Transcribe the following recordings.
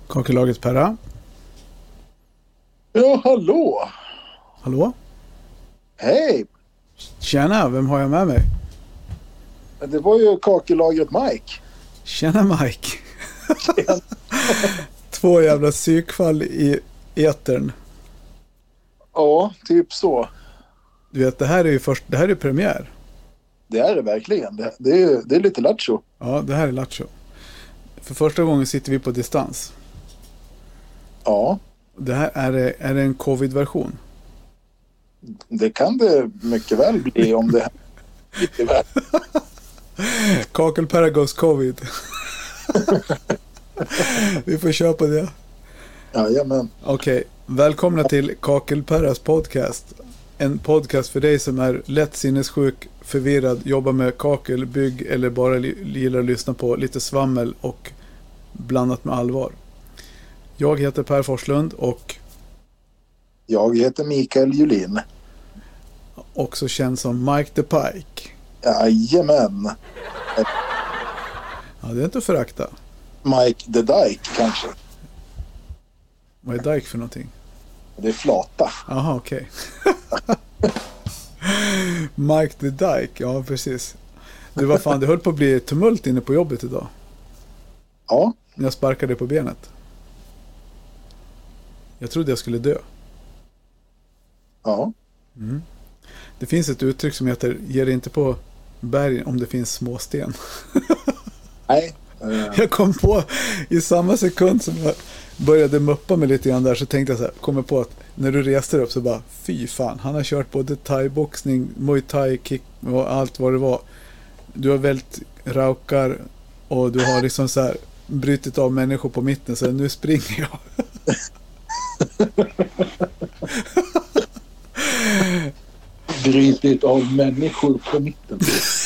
Kakelaget Perra. Ja, hallå! Hallå? Hej! Tjena, vem har jag med mig? Det var ju kakelagret Mike. Tjena Mike. Två jävla psykfall i etern. Ja, typ så. Du vet, det här är ju premiär. Det är det verkligen. Det är lite lattjo. Ja, det här är lattjo. För första gången sitter vi på distans. Ja. Det här är det en covid-version. Det kan det mycket väl bli om det lite väl. Kakelperra goes covid. Vi får köpa det. Jajamän. Okej, välkomna till Kakelperras podcast. En podcast för dig som är lätt sinnessjuk, förvirrad, jobbar med kakel, bygg eller bara gillar att lyssna på lite svammel och blandat med allvar. Jag heter Per Forslund och Jag heter Mikael Julin. också känd som Mike the Pike. Jajamän. Ja, det är inte att förakta. Mike the Dyke kanske. Vad är Dyke för någonting? Det är flata. Jaha, okej. Mike the Dyke, ja precis. Du, vad fan, det höll på att bli tumult inne på jobbet idag. Ja. Jag sparkade på benet. Jag trodde jag skulle dö. Ja. Mm. Det finns ett uttryck som heter ge dig inte på berg om det finns småsten. Nej. Jag kom på i samma sekund som jag började muppa mig lite grann där, så tänkte jag så här, kommer på att när du reste upp så bara, fy fan, han har kört både thai-boxning, muay thai, kick och allt vad det var. Du har vält raukar och du har liksom så här brytit av människor på mitten, så nu springer jag. Brytit av människor på mitten.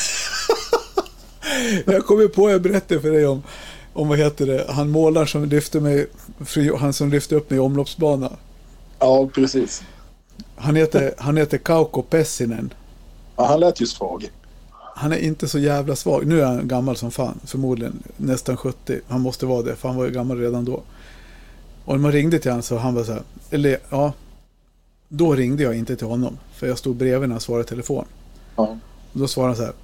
Jag kommer på, jag berättade för dig om vad heter det, han målar som lyfte mig, han som lyfte upp mig i omloppsbana. Ja, precis. Han heter Kauko Pessinen. Ja, han lät ju svag. Han är inte så jävla svag. Nu är han gammal som fan, förmodligen nästan 70. Han måste vara det, för han var ju gammal redan då. Och när man ringde till honom så han var så här, eller ja, då ringde jag inte till honom, för jag stod bredvid när han svarade i telefon. Ja. Och då svarade han så här: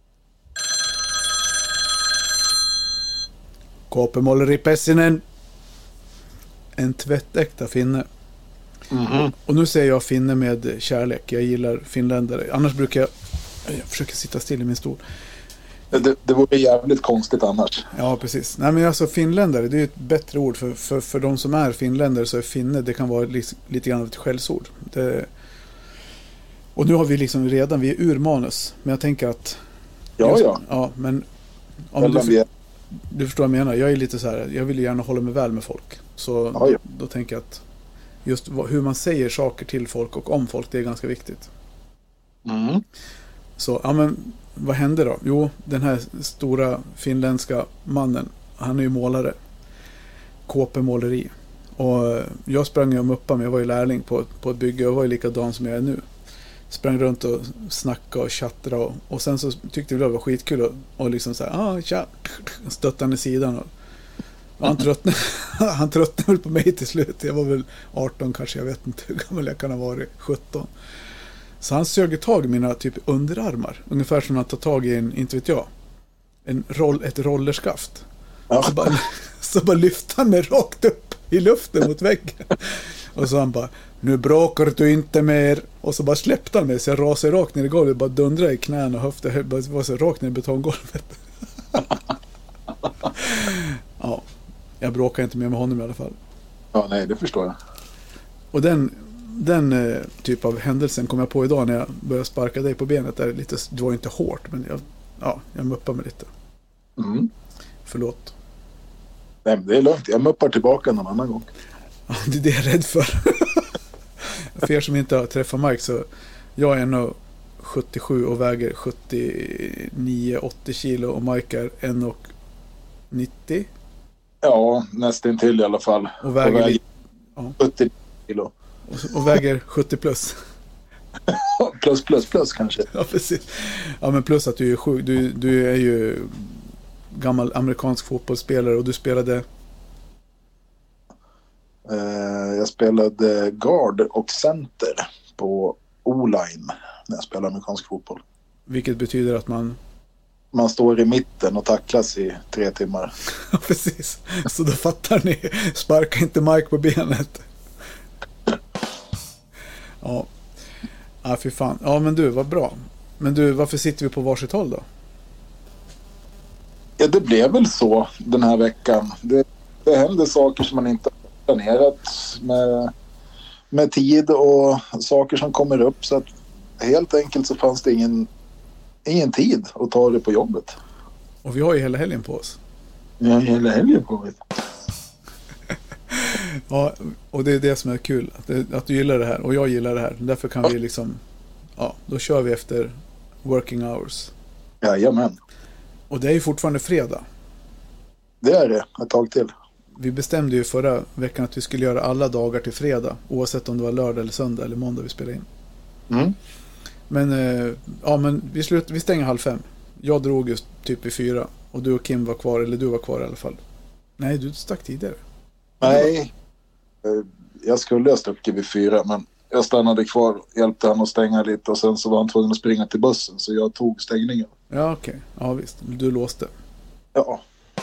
Kåpemåleri Pessinen. En tvättäkta finne. Mm-hmm. Och nu säger jag finne med kärlek. Jag gillar finländare. Annars brukar jag försöker sitta still i min stol. Det vore jävligt konstigt annars. Ja, precis. Nej, men alltså finländare, det är ett bättre ord. För de som är finländare så är finne, det kan vara lite grann av ett skällsord. Och nu har vi liksom redan, vi är urmanus. Men jag tänker att... Ja, men... Om du förstår vad jag menar. Jag är lite så här, jag vill gärna hålla mig väl med folk. Så då tänker jag att just hur man säger saker till folk och om folk, det är ganska viktigt. Mm. Så, ja men vad hände då? Jo, den här stora finländska mannen, han är ju målare. Kåpemåleri. Och jag sprang ju och muppade mig, jag var ju lärling på ett bygge, jag var ju likadan som jag är nu. Sprang runt och snackade och chattrade och sen så tyckte vi det var skitkul och liksom så här, tja, stöttade i sidan och han tröttnade väl på mig till slut. Jag var väl 18 kanske, jag vet inte hur gammal jag kan ha varit, 17. Så han sög tag i mina typ underarmar, ungefär som att ta tag i inte vet jag, ett rollerskaft. Ja. Så bara lyfte han mig rakt upp i luften mot väggen. Och så han bara, nu bråkar du inte mer. Och så bara släppte han mig, så jag rasade rakt ner i golvet, bara dundrade i knän och höfter, bara var så rakt ner i betonggolvet. Ja, jag bråkar inte mer med honom i alla fall. Ja, nej, det förstår jag. Och den typ av händelsen kom jag på idag när jag började sparka dig på benet. Det var inte hårt, men jag muppade mig lite. Mm. Förlåt. Nej, men det är lugnt. Jag muppar tillbaka någon annan gång. Ja, det är det jag är rädd för. För er som inte har träffat Mike, så jag är nog 77 och väger 79-80 kilo och Mike är 1,90. Ja, nästan till i alla fall. Och väger 70 kilo. Och väger 70 plus. plus kanske. Ja, precis. Ja, men plus att du är sjuk. Du är ju gammal amerikansk fotbollsspelare och du spelade Jag spelade guard och center på O-line när jag spelade amerikansk fotboll. Vilket betyder att Man står i mitten och tacklas i 3 timmar. Ja, precis. Så då fattar ni. Sparka inte Mike på benet. Ja. Ja, fy fan. Ja, men du, vad bra. Men du, varför sitter vi på varsitt håll då? Ja, det blev väl så den här veckan. Det händer saker som man inte har planerat med tid och saker som kommer upp. Så att helt enkelt så fanns det ingen tid att ta det på jobbet. Och vi har ju hela helgen på oss. Vi har hela helgen på oss. Ja, och det är det som är kul. Att du gillar det här och jag gillar det här. Därför kan vi liksom... Ja, då kör vi efter working hours. Jajamän. Och det är ju fortfarande fredag. Det är det, ett tag till. Vi bestämde ju förra veckan att vi skulle göra alla dagar till fredag. Oavsett om det var lördag eller söndag eller måndag vi spelade in. Mm. Men vi stänger 4:30. Jag drog just typ vid 4. Och du och Kim var kvar, eller du var kvar i alla fall. Nej, du stack tidigare. Nej, jag skulle ha stuckit vid 4, men jag stannade kvar, hjälpte han att stänga lite och sen så var han tvungen att springa till bussen så jag tog stängningen. Ja, okej. Ja, visst. Du låste. Ja.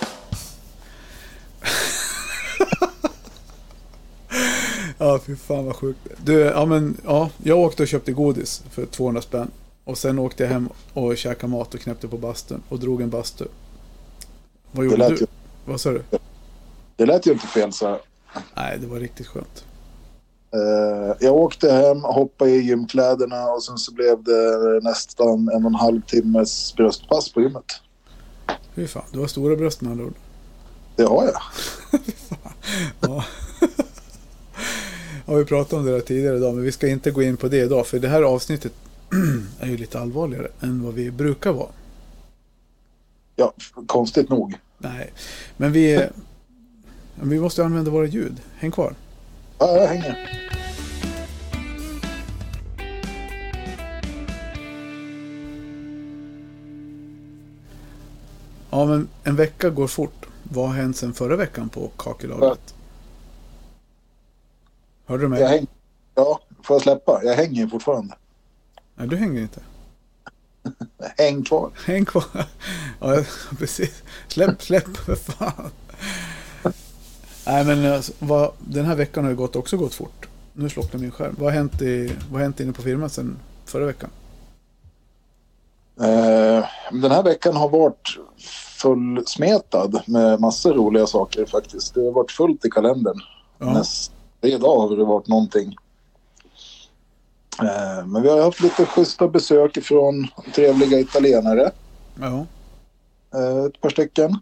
Ja, fy fan vad sjukt. Du, jag åkte och köpte godis för 200 spänn. Och sen åkte jag hem och käkade mat och knäppte på bastun. Och drog en bastu. Vad gjorde du? Vad sa du? Det lät ju inte fel så här. Nej, det var riktigt skönt. Jag åkte hem, hoppade i gymkläderna och sen så blev det nästan 1,5 timmes bröstpass på gymmet. Fy fan, du har stora bröst med andra ord. Det har jag. Ja. Ja, vi pratade om det där tidigare idag, men vi ska inte gå in på det idag, för det här avsnittet är ju lite allvarligare än vad vi brukar vara. Ja, konstigt nog. Nej, men vi måste använda våra ljud. Häng kvar. Ja, jag hänger. Ja, men en vecka går fort. Vad har hänt sen förra veckan på kakelaget? Hörde du mig? Ja, får jag släppa? Jag hänger fortfarande. Nej, du hänger inte. Häng kvar. Häng kvar. Ja, precis. Släpp, för fan. Nej, men alltså, den här veckan har ju också gått fort. Nu slocknar min skärm. Vad har hänt inne på firman sen förra veckan? Den här veckan har varit fullsmetad med massor roliga saker faktiskt. Det har varit fullt i kalendern. Ja. Varje dag har det varit någonting. Men vi har haft lite schyssta besök från trevliga italienare. Ja. Ett par stycken.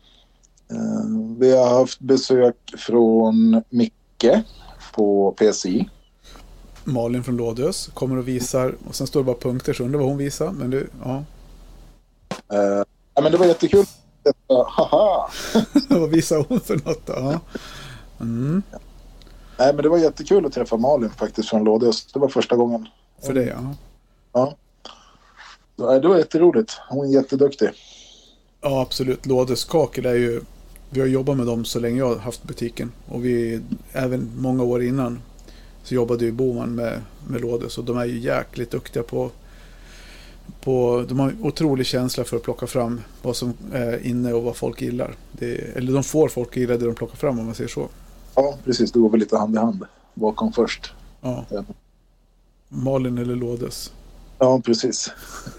Vi har haft besök från Micke på PSI. Malin från Lådös kommer och visar. Och sen står det bara punkter, så undrar vad hon visar. Men det, ja. Men det var jättekul. Haha! Vad visar hon för något då? Ja. Mm. Nej, men det var jättekul att träffa Malin faktiskt från Lådös. Det var första gången. För det, ja. Ja. Det var jätteroligt. Hon är jätteduktig. Ja, absolut. Lådös kakel är ju... Vi har jobbat med dem så länge jag har haft butiken. Och även många år innan så jobbade ju Boman med Lådös. Och de är ju jäkligt duktiga på... De har en otrolig känsla för att plocka fram vad som är inne och vad folk gillar. Eller de får folk gilla det de plockar fram, om man säger så. Ja, precis. Det går väl lite hand i hand. Bakom först. Ja. Malin eller Lådös. Ja, precis.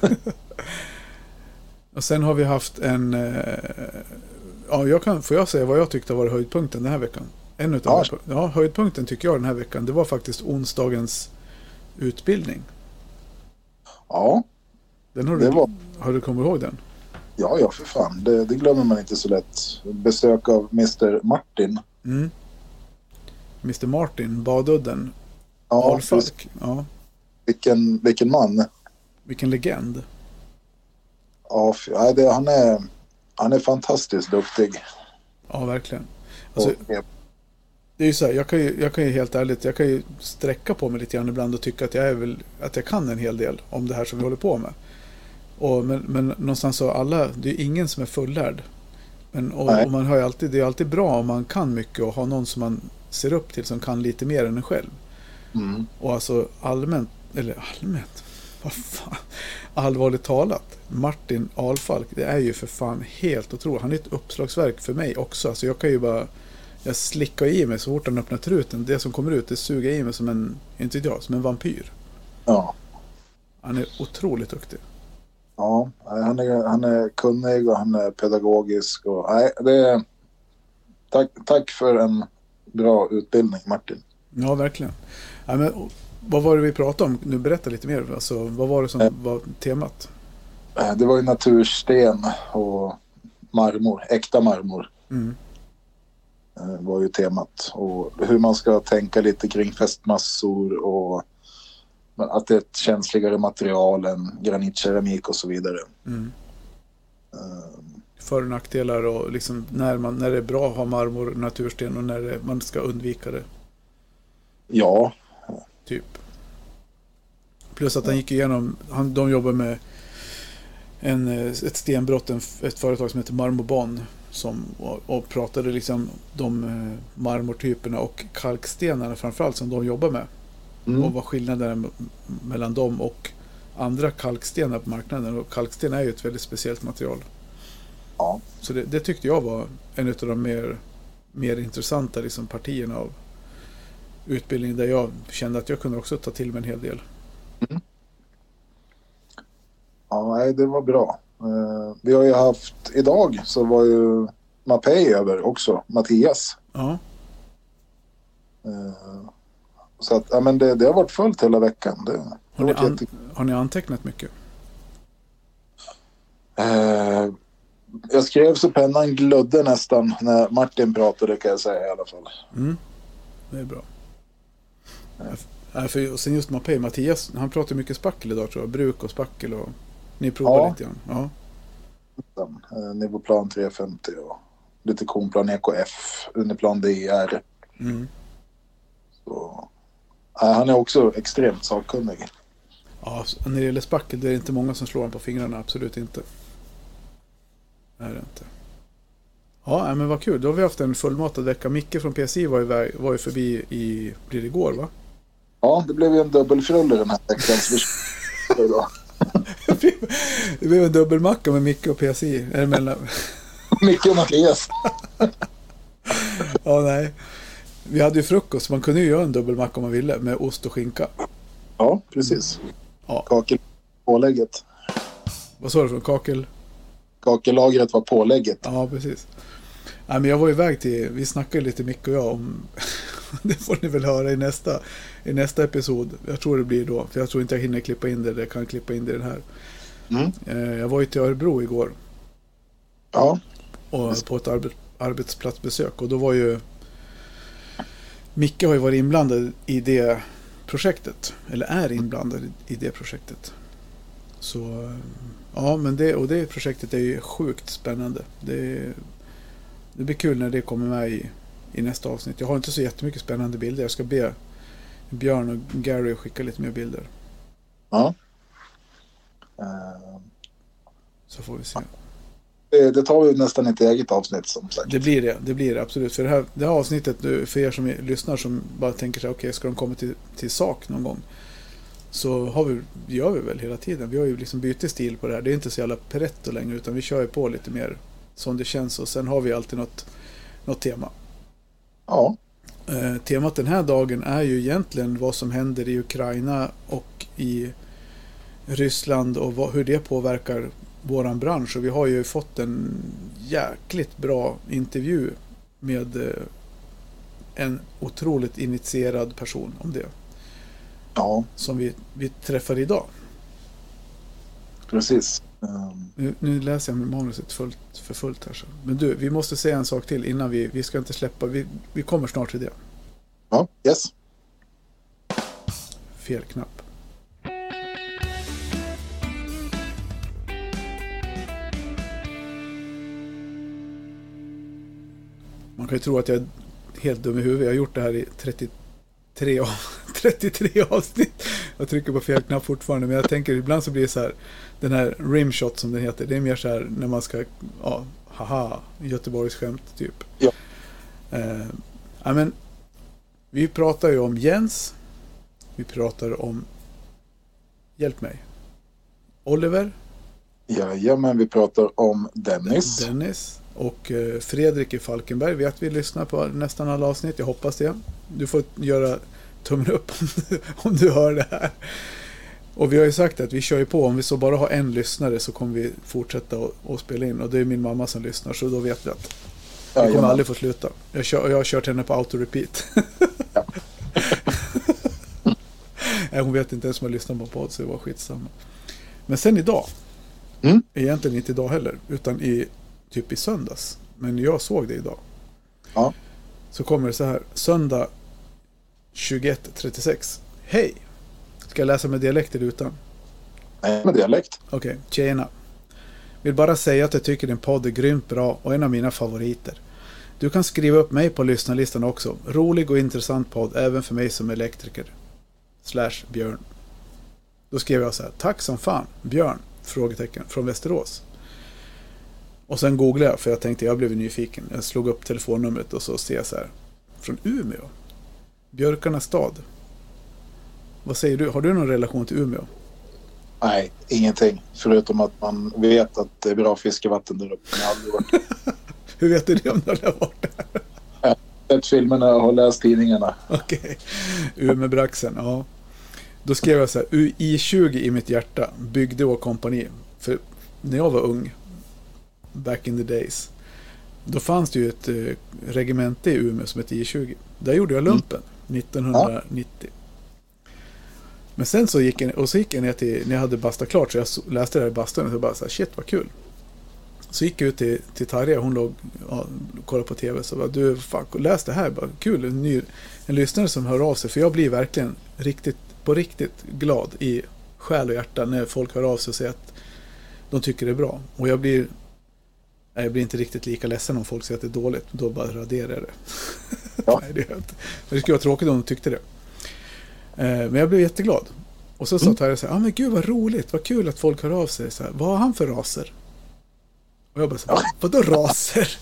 Och sen har vi haft en... får jag säga vad jag tyckte var höjdpunkten den här veckan? Höjdpunkten tycker jag den här veckan, det var faktiskt onsdagens utbildning. Ja. Har du kommit ihåg den? Ja, för fan. Det glömmer man inte så lätt. Besök av Mr. Martin. Mm. Mr. Martin, Badudden. Ja, Alfalk. Ja. Vilken man. Vilken legend. Ja, han är fantastiskt duktig. Ja, verkligen. Alltså, det är ju så här, jag kan ju helt ärligt, jag kan ju sträcka på mig lite grann ibland och tycka att jag kan en hel del om det här som vi håller på med. Men någonstans så det är ingen som är fullärd. Och man har ju alltid, det är alltid bra om man kan mycket och har någon som man ser upp till som kan lite mer än en själv. Och alltså allmänt, vad fan, allvarligt talat, Martin Alfalk, det är ju för fan helt otroligt. Han är ett uppslagsverk för mig också. Alltså jag kan ju bara, jag slickar i mig så fort han öppnar truten. Det som kommer ut, det suger i mig som en, inte jag, som en vampyr. Ja. Han är otroligt duktig. Ja, han är kunnig och han är pedagogisk. Och, nej, det är, tack för en bra utbildning, Martin. Ja, verkligen. Ja, men, vad var det vi pratade om? Nu berätta lite mer. Alltså, vad var det som var temat? Det var ju natursten och marmor, äkta marmor. Var ju temat. Och hur man ska tänka lite kring fästmassor och att det är ett känsligare material än granitkeramik och så vidare. För- och nackdelar och liksom när det är bra att ha marmor, natursten och när man ska undvika det. Ja. Typ. Plus att han gick igenom, de jobbar med ett stenbrott, ett företag som heter Marmorban och pratade liksom de marmortyperna och kalkstenarna framförallt som de jobbar med. Och vad skillnaden mellan dem och andra kalkstenar på marknaden. Och kalksten är ju ett väldigt speciellt material. Ja. Så det tyckte jag var en av de mer intressanta liksom, partierna av utbildning där jag kände att jag kunde också ta till mig en hel del. Ja, nej, det var bra. Vi har ju haft, idag så var ju Mapei över också, Mattias. Ja. Så att, ja, men det har varit fullt hela veckan. Har ni antecknat mycket? Jag skrev så pennan glödde nästan när Martin pratade, kan jag säga i alla fall. Det är bra. Och sen just Mattias, han pratar mycket spackel idag tror jag. Bruk och spackel och ni provar lite grann. Ja. Nivåplan 350 och lite konplan EKF, Uniplan DR. Så, han är också extremt sakkunnig. Ja, när det gäller spackel det är inte många som slår han på fingrarna, absolut inte. Det är det inte. Ja, men vad kul. Då har vi haft en fullmatad vecka. Micke från PSI var ju förbi blir det igår, va? Ja, det blev ju en dubbelfrulle den här veckan. Det blev en dubbelmacka med Micke och PSI. Micke och Mattias. Ja, nej. Vi hade ju frukost. Man kunde ju göra en dubbelmacka om man ville med ost och skinka. Ja, precis. Ja. Kakelpålägget. Vad sa du för kakel? Kakellagret var pålägget. Ja, precis. Ja, men jag var iväg vi snackade lite Micke och jag om det får ni väl höra i nästa episod. Jag tror det blir då. För jag tror inte jag hinner klippa in det. Jag kan klippa in det i den här. Jag var ju till Örebro igår. Ja. Och på ett arbetsplatsbesök. Och då var ju Micke har ju varit inblandad i det projektet. Eller är inblandad i det projektet. Så ja, men det projektet är ju sjukt spännande. Det blir kul när det kommer med i nästa avsnitt. Jag har inte så jättemycket spännande bilder. Jag ska be Björn och Gary skicka lite mer bilder. Ja. Så får vi se. Det tar vi nästan ett eget avsnitt som sagt. Det blir det absolut. För det här avsnittet, för er som lyssnar som bara tänker sig, okej, ska de komma till sak någon gång? Så gör vi väl hela tiden. Vi har ju liksom bytt stil på det här. Det är inte så jävla peretto längre, utan vi kör ju på lite mer som det känns. Och sen har vi alltid något tema. Ja. Temat den här dagen är ju egentligen vad som händer i Ukraina och i Ryssland och hur det påverkar våran bransch. Och vi har ju fått en jäkligt bra intervju med en otroligt initierad person om det. Ja. Som vi träffar idag. Precis. Nu läser jag manuset för fullt här. Så. Men du, vi måste säga en sak till innan vi ska inte släppa. Vi kommer snart till det. Ja, yes. Fel knapp. Man kan ju tro att jag är helt dum i huvudet. Jag har gjort det här i 33 avsnitt. Jag trycker på fel knapp fortfarande. Men jag tänker ibland så blir det så här. Den här rimshot som den heter. Det är mer så här när man ska haha, Göteborgs skämt typ. Ja. Men Vi pratar ju om Jens. Vi pratar om... Hjälp mig. Oliver. Jajamän, vi pratar om Dennis. Och Fredrik i Falkenberg vet vi lyssnar på nästan alla avsnitt. Jag hoppas det. Du får göra tummen upp om du hör det här. Och vi har ju sagt att vi kör ju på. Om vi så bara har en lyssnare så kommer vi fortsätta att spela in. Och det är min mamma som lyssnar, så då vet vi att vi kommer aldrig få sluta. Jag har kört henne på auto-repeat. Ja. Hon vet inte ens om jag lyssnar på podd, så det var skitsamma. Men sen idag, egentligen inte idag heller, utan typ i söndags. Men jag såg det idag. Ja. Så kommer det så här: söndag 21:36. Hej! Ska jag läsa med dialekt eller utan? Nej, med dialekt. Okej, tjena. Vill bara säga att jag tycker din podd är grymt bra och en av mina favoriter. Du kan skriva upp mig på lyssnarlistan också. Rolig och intressant podd, även för mig som elektriker. /Björn. Då skrev jag så här: tack som fan, Björn, frågetecken, från Västerås. Och sen googlade jag, för jag tänkte, jag blev nyfiken. Jag slog upp telefonnumret och så ser jag så här: från Umeå. Björkarnas stad. Vad säger du? Har du någon relation till Umeå? Nej, ingenting. Förutom att man vet att det är bra fiskevatten där uppe. Jag har aldrig varit. Hur vet du om du har varit där? Jag har sett filmerna och har läst tidningarna. Okej. Umeåbraxen, ja. Då skrev jag så här: UI20 i mitt hjärta, Byggde och kompani. För när jag var ung, back in the days, då fanns det ju ett regemente i Umeå som hette I20. Där gjorde jag lumpen 1990. Men sen så gick jag ner till, när jag hade bastat klart, så jag läste det här i bastun och så bara så här, shit vad kul. Så gick jag ut till Tarja, hon låg och kollade på tv, så bara, du fan, läs det här, bara kul, en lyssnare som hör av sig, för jag blir verkligen på riktigt glad i själ och hjärta när folk hör av sig och säger att de tycker det är bra. Och jag blir inte riktigt lika ledsen om folk säger att det är dåligt, då bara raderar jag det. Ja. Nej, det skulle vara tråkigt om de tyckte det. Men jag blev jätteglad. Och så sa Tarja så här: men gud vad roligt, vad kul att folk hör av sig. Så här, vad har han för raser? Och jag bara så här, vadå raser?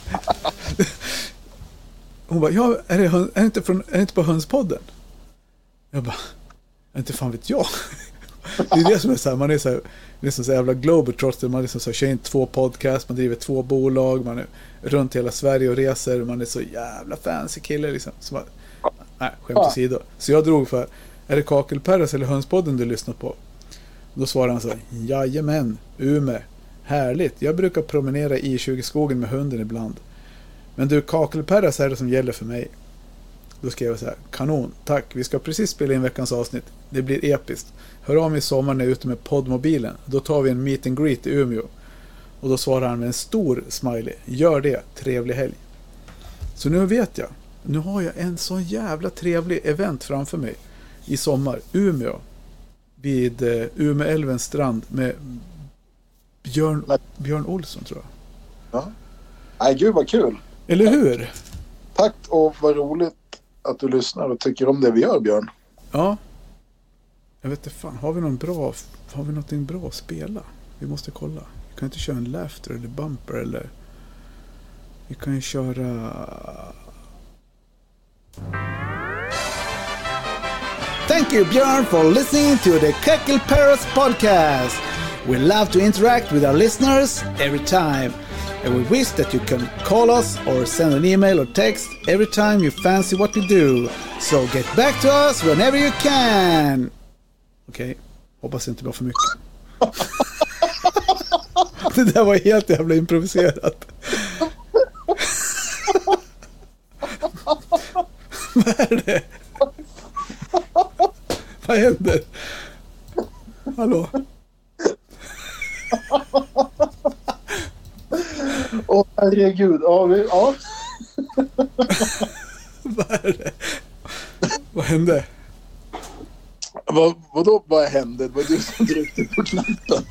Hon bara, ja, är det inte på Hönspodden? Jag bara, inte fan vet jag. Det är det som är så här, man är så här, det är så jävla globetrotter, man är så här, kör in 2 podcast, man driver 2 bolag, man är runt hela Sverige och reser, man är så jävla fancy kille liksom. Så man, nej, skämt åsido. Så jag drog för, är det Kakelperras eller Hönspodden du lyssnar på? Då svarade han så här, jajamän, Umeå, härligt, jag brukar promenera i I20-skogen med hunden ibland. Men du, Kakelperras är det som gäller för mig. Då skrev jag så här: kanon, tack, vi ska precis spela in veckans avsnitt. Det blir episkt. Hör av mig i sommar när jag är ute med poddmobilen. Då tar vi en meet and greet i Umeå. Och då svarar han med en stor smiley: gör det, trevlig helg. Så nu vet jag. Nu har jag en så jävla trevlig event framför mig i sommar. Umeå. Vid Umeälvens strand med Björn Olsson, tror jag. Ja. Nej, gud vad kul. Eller hur? Tack, och vad roligt att du lyssnar och tycker om det vi gör, Björn. Ja. Jag vet inte fan, har vi någonting bra att spela? Vi måste kolla. Vi kan inte köra en laughter eller bumper, eller vi kan ju köra... Thank you, Björn, for listening to the Kakelperras podcast. We love to interact with our listeners every time. And we wish that you can call us or send an email or text every time you fancy what we do. So get back to us whenever you can. Okej, hoppas det inte var för mycket. Det där var helt jävla improviserat. Vad är det? Vad händer? Hallå? Åh, herregud. Ja. Vad är det? Vad hände? Vad hände? Det var du som tryckte på knappen.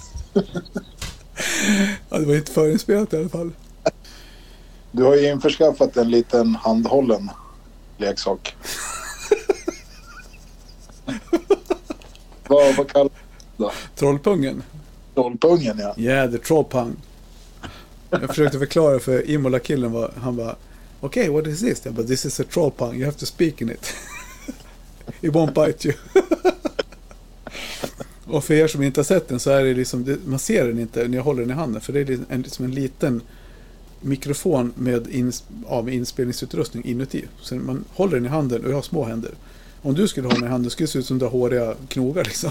Ja, det var inte förinspelat i alla fall. Du har ju införskaffat en liten handhållen leksak. Vad kallar du det? Trollpungen. Trollpungen, ja. Yeah, the trollpung. Jag försökte förklara för Imola-killen, han bara, okay, what is this? Jag bara, this is a troll pang, you have to speak in it. It won't bite you. Och för er som inte har sett den så är det liksom, man ser den inte när jag håller den i handen, för det är liksom en liten mikrofon med inspelningsutrustning inuti. Så man håller den i handen och jag har små händer. Om du skulle ha den i handen skulle det se ut som du har håriga knogar liksom.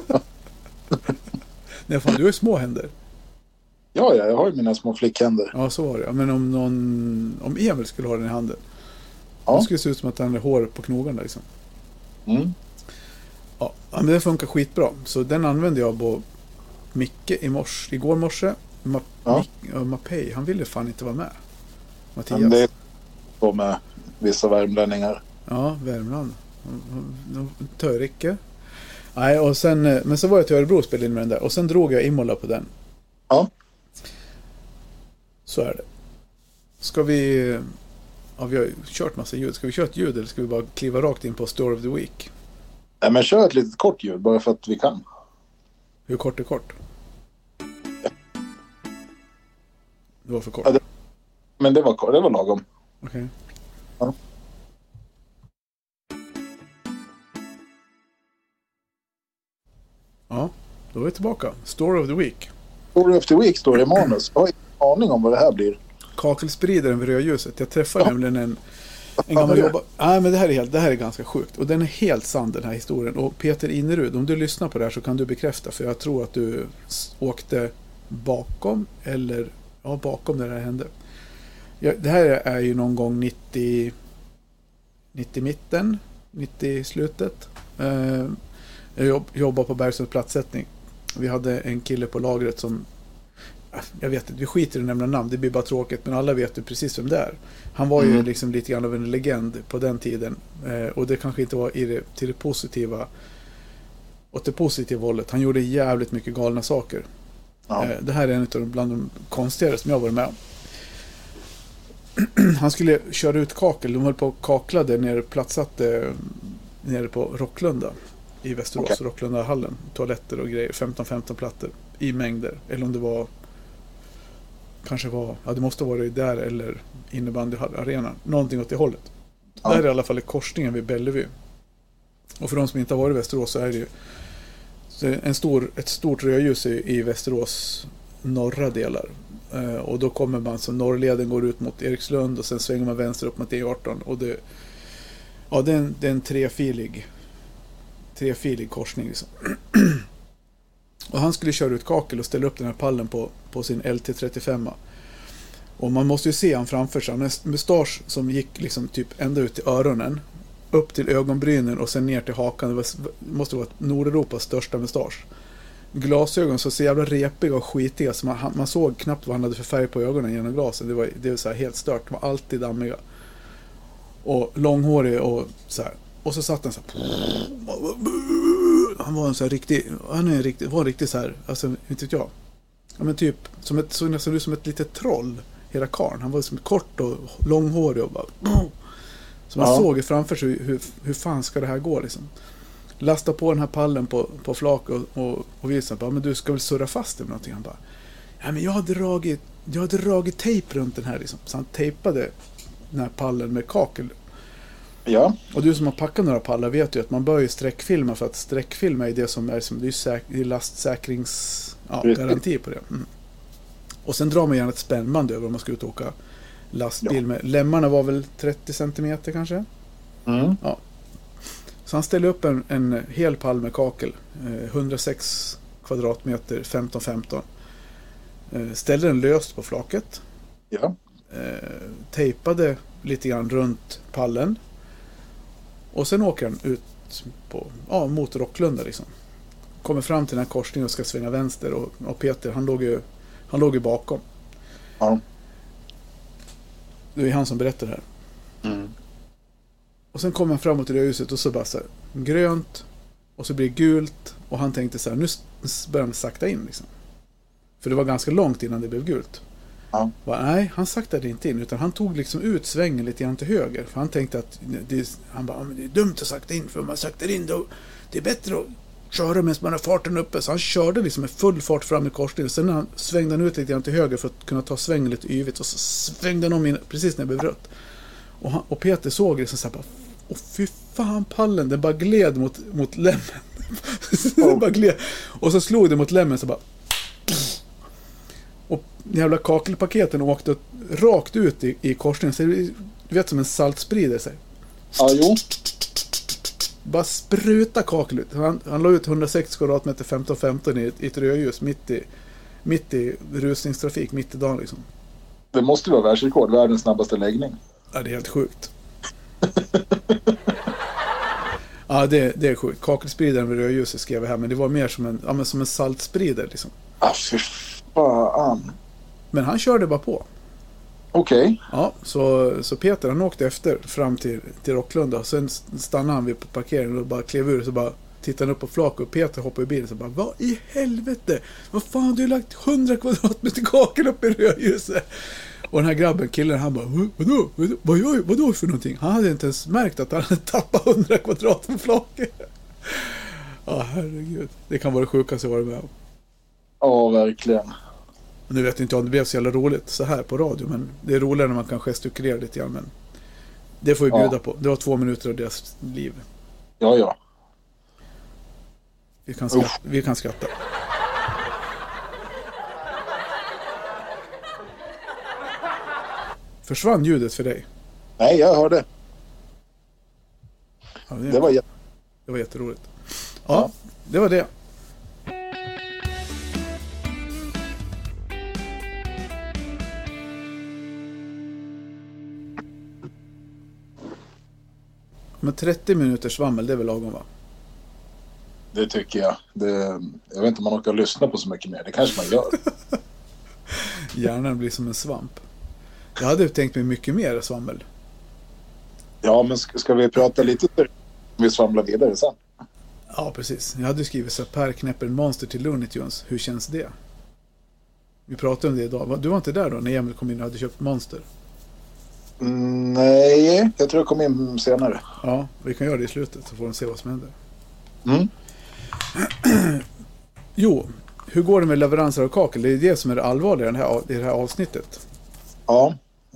Nej, fan, du har ju små händer. Ja, jag har ju mina små flickhänder. Ja, så var det. Men om Emil skulle ha den i handen, då skulle det se ut som att han har hår på knogarna liksom. Mm. Ja, men den funkar skitbra. Så den använde jag på Micke igår morse. Mapei, han ville fan inte vara med. Mattias. Men det är så med vissa värmlänningar. Ja, Värmland. Törike. Nej, och sen, men så var jag till Örebro och spelade in med den där. Och sen drog jag Imola på den. Ja. Så är det. Ska vi... Ja, vi har ju kört massa ljud. Ska vi köra ett ljud eller ska vi bara kliva rakt in på Story of the Week? Nej, men kör ett litet kort ljud bara för att vi kan. Hur kort är kort? Det var för kort. Ja, men det var lagom. Okej. Ja. Ja, då är vi tillbaka. Story of the Week. Story of the Week står det i manus. Jag har ingen aning om vad det här blir. Kakelspridaren vid rödljuset. Jag träffade nämligen en gammal jobbare. Nej, men det här är ganska sjukt. Och den är helt sann, den här historien. Och Peter Innerud, om du lyssnar på det här så kan du bekräfta. För jag tror att du åkte bakom när det här hände. Ja, det här är ju någon gång 90 mitten, 90 slutet. Jag jobbade på Bergsunds platssättning. Vi hade en kille på lagret som, jag vet inte, vi skiter i att nämna namn, det blir bara tråkigt, men alla vet ju precis vem det är. Han var ju liksom lite grann av en legend på den tiden, och det kanske inte var till det positiva, åt det positiva hållet. Han gjorde jävligt mycket galna saker. Ja. Det här är en av bland de konstigare som jag varit med om. Han skulle köra ut kakel, de höll på och kaklade nere på Rocklunda i Västerås, okay. Rocklundahallen, toaletter och grejer, 15 plattor i mängder, eller om det var det måste vara där eller innebandyarenan, någonting åt det hållet. Ja. Där är i alla fall korsningen vid Bellevue. Och för de som inte har varit i Västerås så är det ju ett stort rödljus i Västerås norra delar. Och då kommer man, så norrleden går ut mot Erikslund och sen svänger man vänster upp mot E18 och det är en trefilig korsning liksom. Och han skulle köra ut kakel och ställa upp den här pallen på sin LT35. Och man måste ju se han framför sig. Han har en mustasch som gick liksom typ ända ut till öronen, upp till ögonbrynen och sen ner till hakan. Det måste vara Nordeuropas största mustasch. Glasögon så ser jävla repiga och skitiga så man såg knappt vad han hade för färg på ögonen genom glasen. Det var så här helt stört. De var alltid dammiga. Och långhårig och så här. Och så satt han så här. Han var en så här riktig så här, alltså inte vet jag. Ja, men typ såg nästan ut som ett litet troll hela karln. Han var som kort och långhårig och bara så man såg framför sig hur fan ska det här gå liksom. Lasta på den här pallen på flak och visa bara, men du ska väl surra fast det med någonting. Han bara, ja men jag hade dragit tejp runt den här liksom. Så han tejpade den här pallen med kakel. Ja. Och du som har packat några pallar vet ju att man bör ju sträckfilma, för att sträckfilma är det som är som det är lastsäkringsgaranti på det. Mm. Och sen drar man gärna ett spännband över om man ska ut och åka lastbil med. Lämmarna var väl 30 centimeter kanske. Mm. Ja. Så han ställde upp en hel pall med kakel, 106 kvadratmeter, 15-15. Ställde den löst på flaket. Ja. Tejpade lite grann runt pallen. Och sen åker han ut mot Rocklunda liksom. Kommer fram till den här korsningen och ska svänga vänster. Och Peter, han låg ju bakom. Ja. Det är han som berättar det här. Mm. Och sen kommer han framåt i det huset och så bara så här, grönt och så blir det gult och han tänkte så här, nu börjar han sakta in liksom. För det var ganska långt innan det blev gult. Ja. Nej, han saktade inte in utan han tog liksom ut svängen lite grann till höger. För han tänkte att han bara, men det är dumt att sakta in, för om man saktar in då det är bättre att köra medan man har farten uppe. Så han körde liksom med full fart fram i korsningen. Sen svängde han ut lite grann till höger för att kunna ta svängen lite yvigt och så svängde han om in precis när det blev rött. Och Peter såg det så här bara, åh fy fan, pallen, det bara gled mot lämmen. Det bara gled. Och så slog det mot lämmen så bara, och jävla kakelpaketen åkte rakt ut i korsningen, så du vet, som en saltspridelse. Ja, jo. Bara spruta kakel ut. Han la ut 160 kvadratmeter 15-15 i ett rödljus mitt i rusningstrafik, mitt i dagen liksom. Det måste vara världsrekord, världens snabbaste läggning. Ja, det är helt sjukt. Ja, det är sjukt. Kakelspridaren med rödljuset skrev jag här, men det var mer som en saltspridare liksom. Ah, fy fan. Men han körde bara på. Okej. Ja, så Peter, han åkte efter fram till Rocklunda. Sen stannade han vid parkeringen och bara klev ur, så bara tittade han upp på flak, och Peter hoppade i bilen så bara, vad i helvete? Vad fan, du har lagt 100 kvadratmeter kakel upp i rödljuset. Och den här grabben, killen, han bara, vadå för någonting? Han hade inte ens märkt att han hade tappat 100 kvadrat på flaket. Ja, herregud. Det kan vara det sjukaste jag varit med om. Ja, verkligen. Nu vet inte om det blev så jävla roligt så här på radio, men det är roligare när man kan gestikulera lite grann, men det får vi bjuda på. Det var 2 minuter av deras liv. Ja. Vi kan skratta. Försvann ljudet för dig? Nej, jag hörde. Ja, det var jätteroligt. Ja, det var det. Men 30 minuters svammel, det är väl lagom, va? Det tycker jag. Jag vet inte om man orkar lyssna på så mycket mer. Det kanske man gör. Hjärnan blir som en svamp. Jag hade tänkt mig mycket mer svammel. Ja, men ska vi prata lite om vi svamlar vidare sen? Ja, precis. Jag hade skrivit så här, Per knäpper en monster till Looney Tunes. Hur känns det? Vi pratade om det idag. Du var inte där då när Emil kom in och hade köpt monster? Nej, jag tror jag kom in senare. Ja, vi kan göra det i slutet så får de se vad som händer. Jo, hur går det med leveranser av kakel? Det är det som är det allvarliga i det här avsnittet. Ja,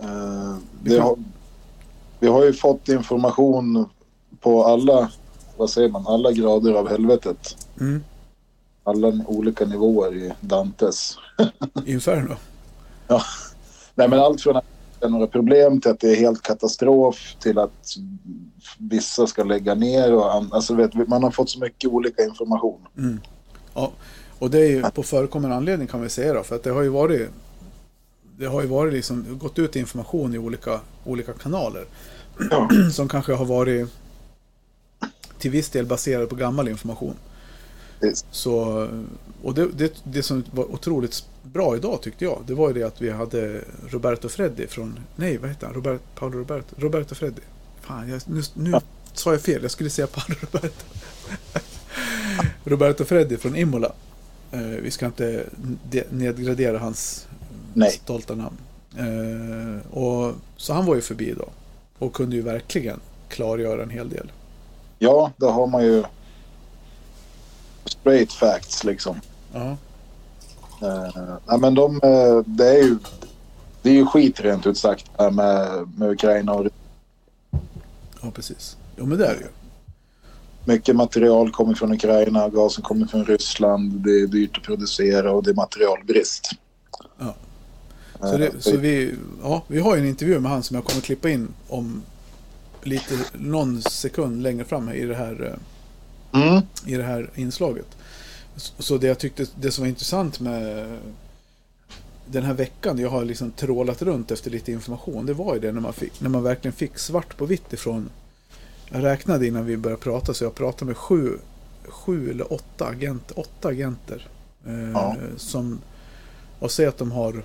vi har ju fått information på alla, alla grader av helvetet. Alla olika nivåer i Dantes. Inferno. Ja, nej, men allt från att det är några problem till att det är helt katastrof till att vissa ska lägga ner och alltså man har fått så mycket olika information. Ja, och det är ju på förekommande anledning kan vi säga då, för att det har ju varit liksom gått ut information i olika kanaler som kanske har varit till viss del baserad på gammal information. Så, och det som var otroligt bra idag tyckte jag, det var ju det att vi hade Roberto Freddi från, nej vad heter han? Roberto Freddi. Fan, nu sa jag fel, jag skulle säga Paolo Roberto. Roberto Freddi från Imola. Vi ska inte nedgradera hans stolta namn. Och så han var ju förbi idag och kunde ju verkligen klargöra en hel del. Ja, då har man ju straight facts liksom. Ja. Men det är ju skit rent ut sagt med Ukraina och... Ja, precis. Jo, men det är det ju. Mycket material kommer från Ukraina, gasen kommer från Ryssland, det är dyrt att producera och det är materialbrist. Ja. Så vi har ju en intervju med han som jag kommer att klippa in om någon sekund längre fram i det här inslaget. Så det jag tyckte det som var intressant med den här veckan, jag har liksom trålat runt efter lite information, det var ju det när man verkligen fick svart på vitt ifrån. Jag räknade innan vi började prata, så jag pratade med 7 eller 8 agenter som, och säger att de har,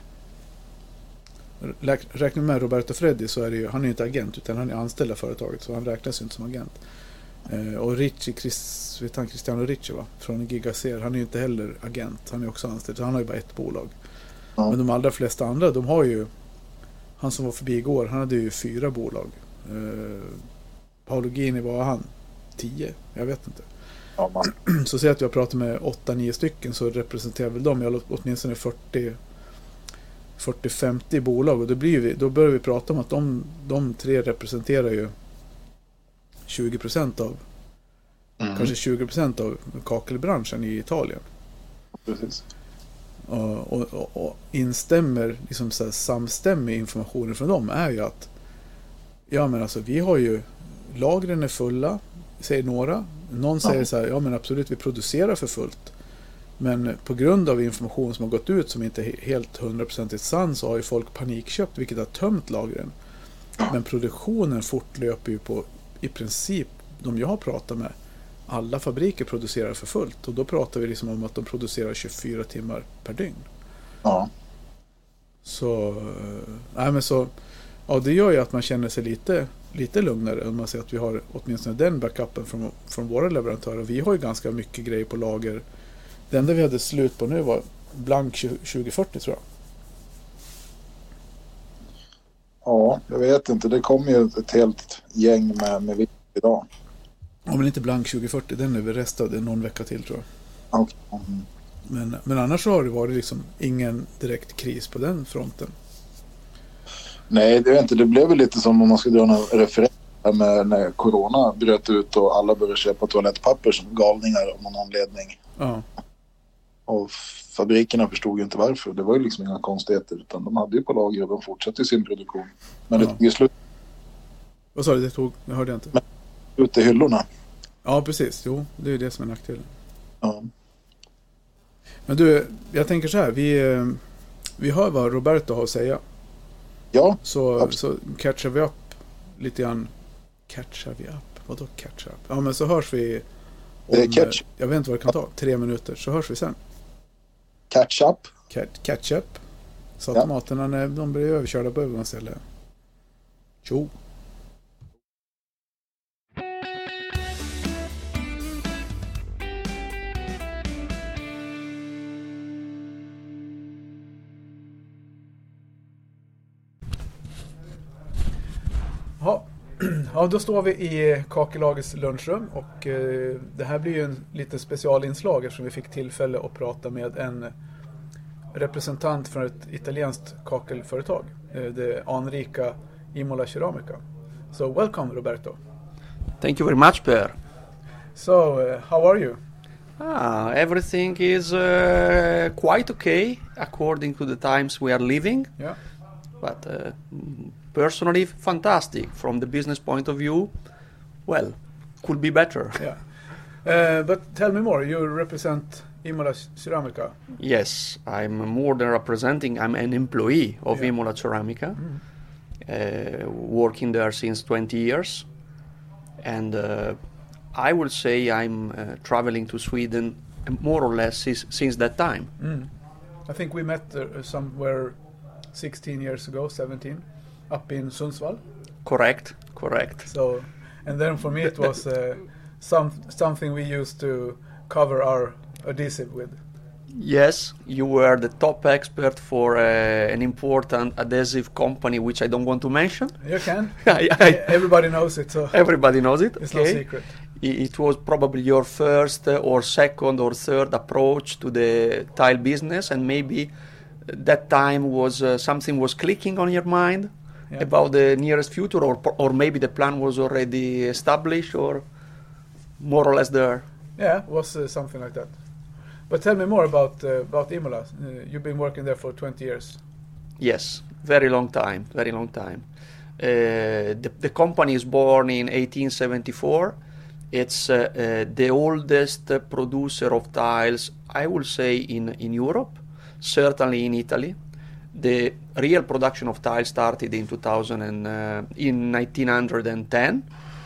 räknar med Roberto Freddi, så är det ju, han är ju inte agent utan han är anställd av företaget, så han räknas ju inte som agent. Och Cristiano Ricci från Gigaser, han är ju inte heller agent, han är också anställd, så han har ju bara ett bolag. Men de allra flesta andra, de har ju, han som var förbi igår, han hade ju 4 bolag. Paolo Gini, var han 10? Jag vet inte. Ja, så säger att jag pratar med 8-9 stycken, så representerar väl de åtminstone 40-50 bolag, och då börjar vi prata om att de tre representerar ju 20% av kanske 20% av kakelbranschen i Italien. Precis. Och instämmer liksom så här, samstämmig informationen från dem är ju att ja men alltså vi har ju lagren är fulla, säger några. Någon säger så här, ja men absolut vi producerar för fullt. Men på grund av information som har gått ut som inte är helt 100% sann, så har ju folk panikköpt, vilket har tömt lagren. Men produktionen fortlöper ju på i princip de jag har pratat med. Alla fabriker producerar för fullt, och då pratar vi liksom om att de producerar 24 timmar per dygn. Ja. Så, det gör ju att man känner sig lite lugnare om man ser att vi har åtminstone den backupen från våra leverantörer. Vi har ju ganska mycket grejer på lager. Det enda vi hade slut på nu var blank 2040 tror jag. Ja, jag vet inte. Det kommer ju ett helt gäng med vitt idag. Ja, men inte blank 2040. Den är väl restad någon vecka till tror jag. Okay. Men annars har det varit liksom ingen direkt kris på den fronten. Nej, det vet inte. Det blev väl lite som om man skulle dra någon referens med när corona bröt ut och alla började köpa toalettpapper som galningar av någon anledning. Ja. Och fabrikerna förstod ju inte varför. Det var ju liksom inga konstigheter, utan de hade ju på lager och de fortsatte sin produktion. Men det tog ju slut. Vad sa du? Jag hörde inte. Men ute i hyllorna. Ja, precis. Jo, det är ju det som är nackdelen. Ja. Men du, jag tänker så här. Vi hör vad Roberto har att säga. Ja, så catchar vi upp lite grann. Catchar vi upp? Vadå catchar upp? Ja, men så hörs vi om, jag vet inte vad det kan ta, 3 minuter, så hörs vi sen. Catch up. Catch up. Så automaterna när de blir överkörda på övergångsställe. Tjo! Ja, då står vi i Kakellagets lunchrum, och det här blir ju en liten specialinslag eftersom vi fick tillfälle att prata med en representant från ett italienskt kakelföretag, det anrika Imola Ceramica. So welcome, Roberto. Thank you very much, Per. So, how are you? Everything is quite okay according to the times we are living. Yeah. But personally, fantastic. From the business point of view, well, could be better. Yeah. But tell me more. You represent Imola Ceramica. Yes, I'm more than representing. I'm an employee of Imola Ceramica, working there since 20 years. And I would say I'm traveling to Sweden more or less since that time. I think we met somewhere 16 years ago, 17, up in Sundsvall. Correct. So, and then for me it was something we used to cover our adhesive with. Yes, you were the top expert for an important adhesive company, which I don't want to mention. You can. Everybody knows it. So everybody knows it. It's no secret. It was probably your first or second or third approach to the tile business, and maybe that time was something was clicking on your mind about the nearest future, or maybe the plan was already established, or more or less there. Yeah, it was something like that. But tell me more about Imola. You've been working there for 20 years. Yes, very long time. The company is born in 1874. It's the oldest producer of tiles, I would say, in Europe, certainly in Italy. The real production of tiles started in 1910.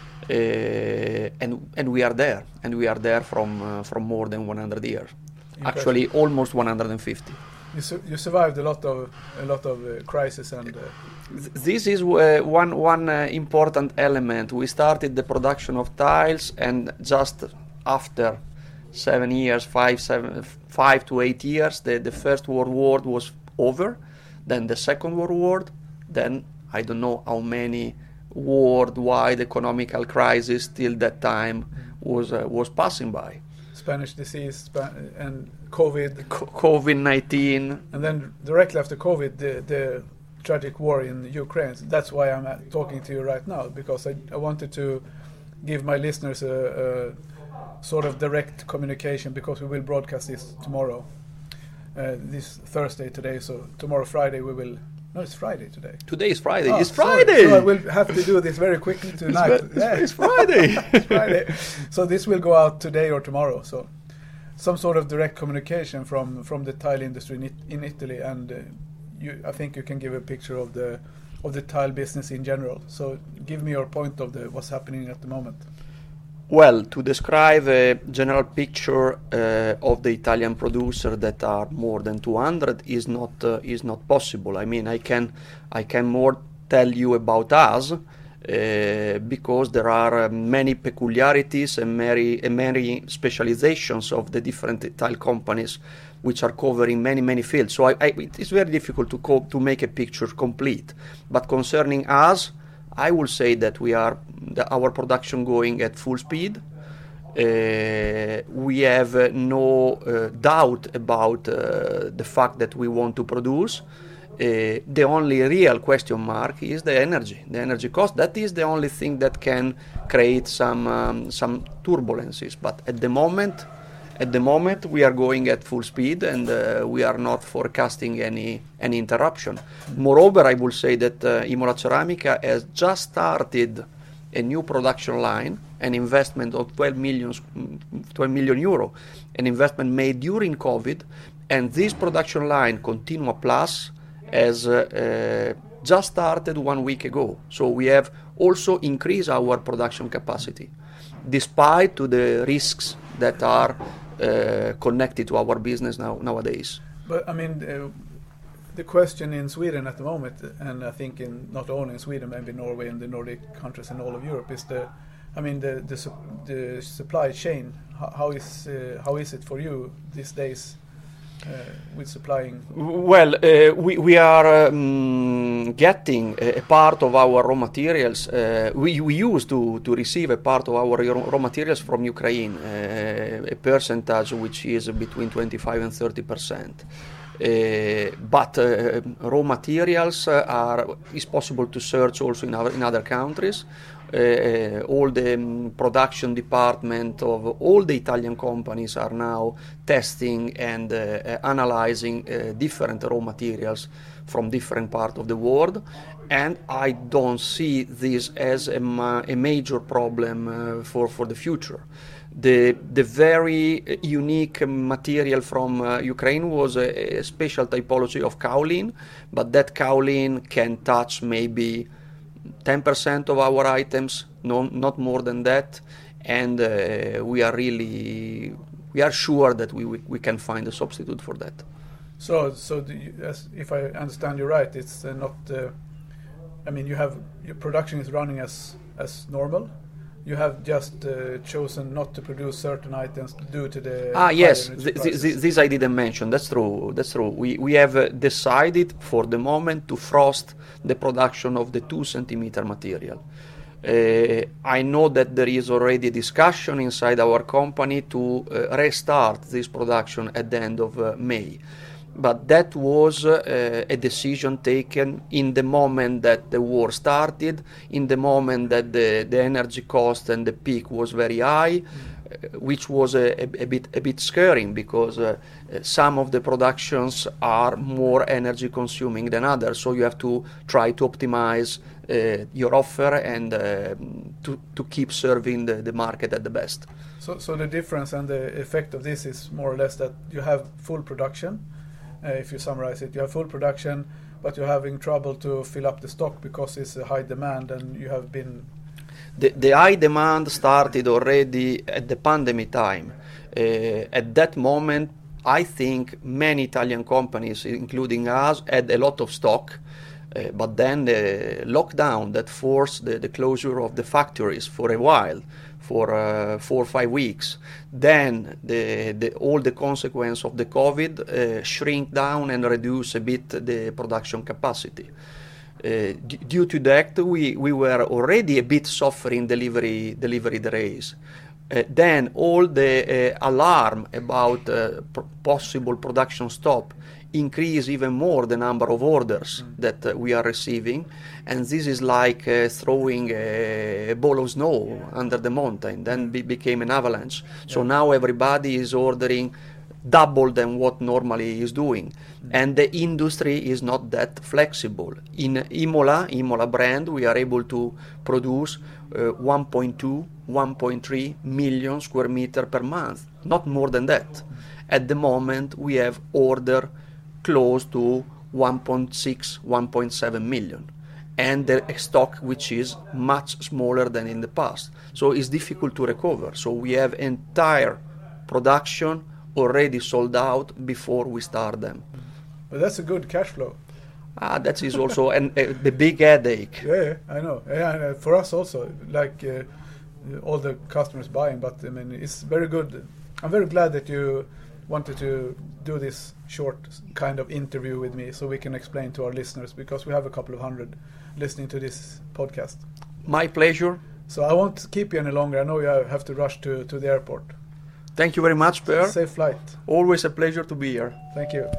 And we are there, from more than 100 years. Actually, almost 150. You survived a lot of crisis and. This is one important element. We started the production of tiles, and just after 7 years, 5 to 8 years, the First World War was over. Then the Second World War. Then I don't know how many worldwide economical crisis till that time was passing by. Spanish disease and COVID. COVID-19. And then directly after COVID, the tragic war in Ukraine. That's why I'm talking to you right now, because I wanted to give my listeners a sort of direct communication, because we will broadcast this tomorrow. This Thursday today, so tomorrow Friday we will... No, it's Friday today. Today is Friday. Oh, it's Friday! So I will have to do this very quickly tonight. It's Friday! It's Friday. So this will go out today or tomorrow. So some sort of direct communication from the tile industry in Italy, and I think you can give a picture of the tile business in general. So give me your point of what's happening at the moment. Well, to describe a general picture of the Italian producer that are more than 200 is not possible. I mean, I can more tell you about us because there are many peculiarities and many specializations of the different tile companies which are covering many fields. So it is very difficult to make a picture complete. But concerning us, I will say that our production going at full speed. We have no doubt about the fact that we want to produce. The only real question mark is the energy cost. That is the only thing that can create some turbulences. But at the moment, we are going at full speed, and we are not forecasting any interruption. Moreover, I will say that Imola Ceramica has just started a new production line, an investment of 12 million euro, an investment made during COVID, and this production line, Continua Plus, has just started 1 week ago. So we have also increased our production capacity, despite to the risks that are connected to our business nowadays. But I mean, the question in Sweden at the moment, and I think not only in Sweden, maybe Norway and the Nordic countries and all of Europe, is the supply chain. How is it for you these days with supplying? Well, we are getting a part of our raw materials. We used to receive a part of our raw materials from Ukraine, a percentage which is between 25 and 30%. But raw materials is possible to search also in other countries. All the production department of all the Italian companies are now testing and analyzing different raw materials from different parts of the world, and I don't see this as a major problem for the future. The very unique material from Ukraine was a special typology of kaolin, but that kaolin can touch maybe 10% of our items, not more than that, and we are sure that we can find a substitute for that. So if I understand you right, it's not. I mean, your production is running as normal. You have just chosen not to produce certain items due to the yes, this I didn't mention. That's true. We have decided for the moment to frost the production of the 2 centimeter material. I know that there is already a discussion inside our company to restart this production at the end of May. But that was a decision taken in the moment that the war started, in the moment that the energy cost and the peak was very high, which was a bit scaring, because some of the productions are more energy consuming than others. So you have to try to optimize your offer and to keep serving the market at the best. So the difference and the effect of this is more or less that you have full production. If you summarize it, you have full production, but you're having trouble to fill up the stock because it's a high demand, and you have been... The high demand started already at the pandemic time. At that moment, I think many Italian companies, including us, had a lot of stock, but then the lockdown that forced the closure of the factories for a while, for 4 or 5 weeks. Then all the consequence of the COVID shrink down and reduce a bit the production capacity. Due to that, we were already a bit suffering delivery delays. then all the alarm about possible production stop increase even more the number of orders that we are receiving, and this is like throwing a ball of snow under the mountain, then became an avalanche. So now everybody is ordering double than what normally is doing, and the industry is not that flexible. In Imola brand, we are able to produce 1.2 1.3 million square meter per month, not more than that. At the moment we have order close to 1.6 1.7 million, and the stock which is much smaller than in the past, so it's difficult to recover. So we have entire production already sold out before we start them. But that's a good cash flow. That is also the big headache. Yeah, I know. Yeah, and for us also, like all the customers buying. But I mean, it's very good. I'm very glad that you wanted to do this short kind of interview with me, so we can explain to our listeners, because we have a couple of hundred listening to this podcast. My pleasure. So I won't keep you any longer. I know you have to rush to the airport. Thank you very much, Per. Safe flight. Always a pleasure to be here. Thank you.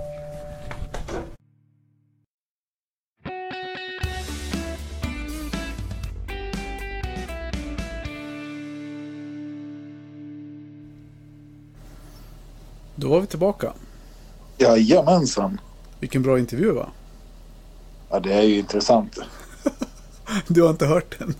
Då var vi tillbaka. Jajamensan. Vilken bra intervju, va? Ja, det är ju intressant. Du har inte hört den?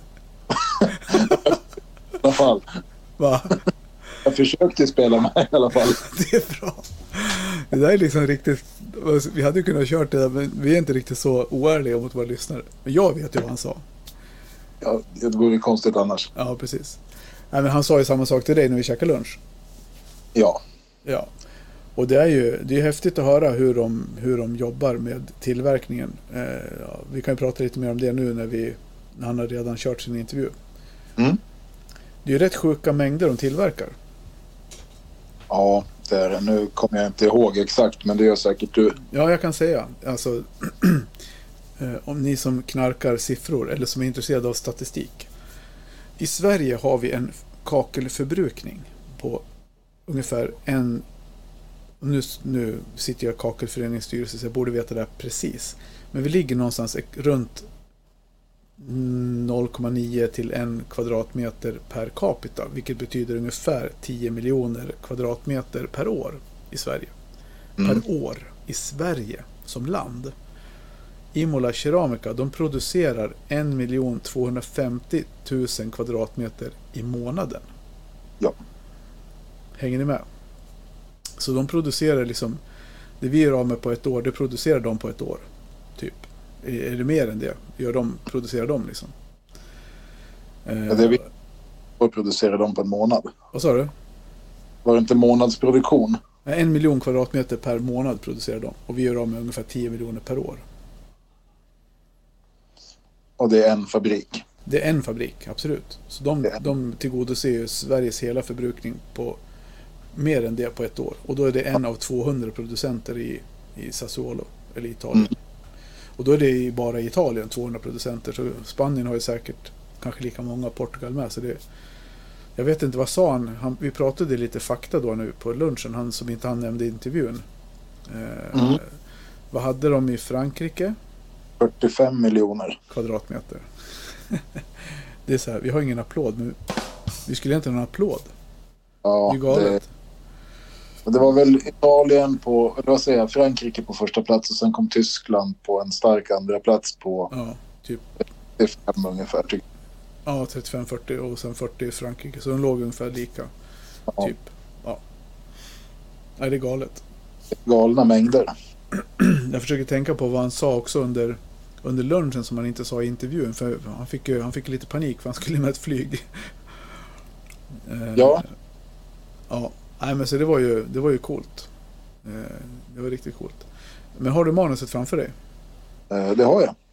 I alla fall. Va? Jag försökte spela med i alla fall. Det är bra. Det där är liksom riktigt... Vi hade ju kunnat kört det där, men vi är inte riktigt så oärliga mot våra lyssnare. Men jag vet ju vad han sa. Ja, det vore konstigt annars. Ja, precis. Nej, men han sa ju samma sak till dig när vi käkade lunch. Ja. Ja. Och det är häftigt att höra hur de jobbar med tillverkningen. Vi kan ju prata lite mer om det nu när han har redan kört sin intervju. Mm. Det är ju rätt sjuka mängder de tillverkar. Ja, det är det. Nu kommer jag inte ihåg exakt, men det gör säkert du. Ja, jag kan säga. Alltså, om ni som knarkar siffror eller som är intresserade av statistik. I Sverige har vi en kakelförbrukning på ungefär nu sitter jag i kakelföreningsstyrelse, så jag borde veta det här precis. Men vi ligger någonstans runt 0,9 till 1 kvadratmeter per capita, vilket betyder ungefär 10 miljoner kvadratmeter per år i Sverige. Per år i Sverige som land. Imola Ceramica, de producerar 1 250 000 kvadratmeter i månaden. Ja. Hänger ni med? Så de producerar liksom, det vi gör av med på ett år, det producerar de på ett år. Typ. Är det mer än det? Producerar de liksom? Ja, det vi producerar de på en månad. Vad sa du? Var det inte månadsproduktion? 1 miljon kvadratmeter per månad producerar de. Och vi gör av med ungefär 10 miljoner per år. Och det är en fabrik. Det är en fabrik, absolut. Så de tillgodoser ju Sveriges hela förbrukning på mer än det på ett år. Och då är det en av 200 producenter i Sassuolo, eller Italien. Och då är det bara i Italien 200 producenter. Så Spanien har ju säkert kanske lika många, Portugal med. Så det, jag vet inte, vad sa han? Vi pratade lite fakta då nu på lunchen, han som inte han nämnde i intervjun. Vad hade de i Frankrike? 45 miljoner kvadratmeter. Det är så här, vi har ingen applåd, men vi skulle inte ha en applåd. Ja, det är galet. Det var väl Italien på, eller vad säger jag, Frankrike på första plats, och sen kom Tyskland på en stark andra plats på typ 35 ungefär, typ. Ja, 35-40 och sen 40 i Frankrike, så de låg ungefär lika. Typ. Ja. Nej, det är galet. Galna mängder. Jag försöker tänka på vad han sa också under lunchen som han inte sa i intervjun, för han fick lite panik för han skulle med ett flyg. Ja. Ja, nej, men så det var ju coolt. Det var riktigt coolt. Men har du manuset framför dig? Det har jag.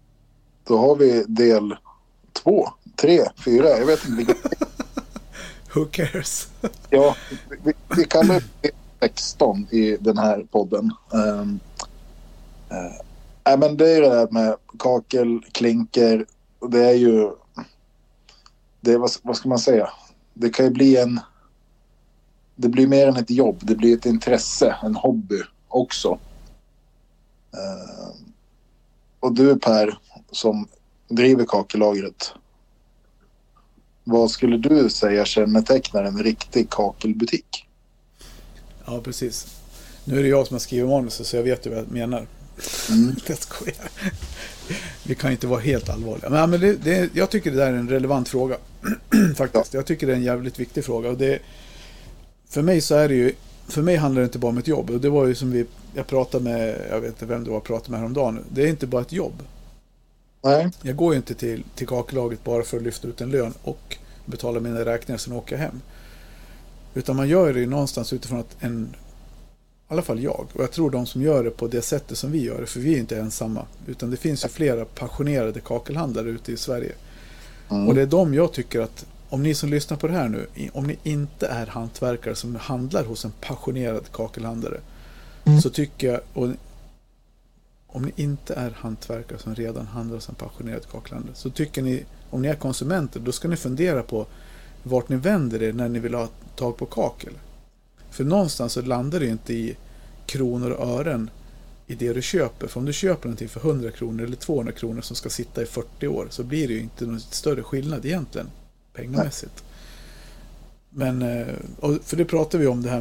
Då har vi del 2, 3, 4, jag vet inte vilken. Who cares? Ja, vi kallar det 16 i den här podden. Men det är det där med kakel, klinker. Det är ju... Det är, vad ska man säga? Det kan ju bli det blir mer än ett jobb. Det blir ett intresse, en hobby också. Och du, Per, som driver kakellagret. Vad skulle du säga kännetecknar en riktig kakelbutik? Ja, precis. Nu är det jag som har skrivit manuset, så jag vet ju vad jag menar. Jag skojar. Vi kan inte vara helt allvarliga. Men jag tycker det där är en relevant fråga. Faktiskt. Jag tycker det är en jävligt viktig fråga. Och för mig så är det ju... För mig handlar det inte bara om ett jobb. Och det var ju som jag pratade med... Jag vet inte vem det var jag pratade med häromdagen. Det är inte bara ett jobb. Nej. Jag går ju inte till kakellaget bara för att lyfta ut en lön och betala mina räkningar sen åker jag hem. Utan man gör det ju någonstans utifrån att i alla fall jag, och jag tror de som gör det på det sättet som vi gör det, för vi är inte ensamma, utan det finns ju flera passionerade kakelhandlare ute i Sverige. Och det är de jag tycker att, om ni som lyssnar på det här nu, om ni inte är hantverkare som handlar hos en passionerad kakelhandlare, så tycker jag, och om ni inte är hantverkare som redan handlar hos en passionerad kakelhandlare, så tycker ni, om ni är konsumenter, då ska ni fundera på vart ni vänder er när ni vill ha tag på kakel. För någonstans så landar det inte i kronor och ören i det du köper. För om du köper någonting för 100 kronor eller 200 kronor som ska sitta i 40 år, så blir det ju inte någon större skillnad egentligen, pengamässigt. Men, för det pratar vi om det här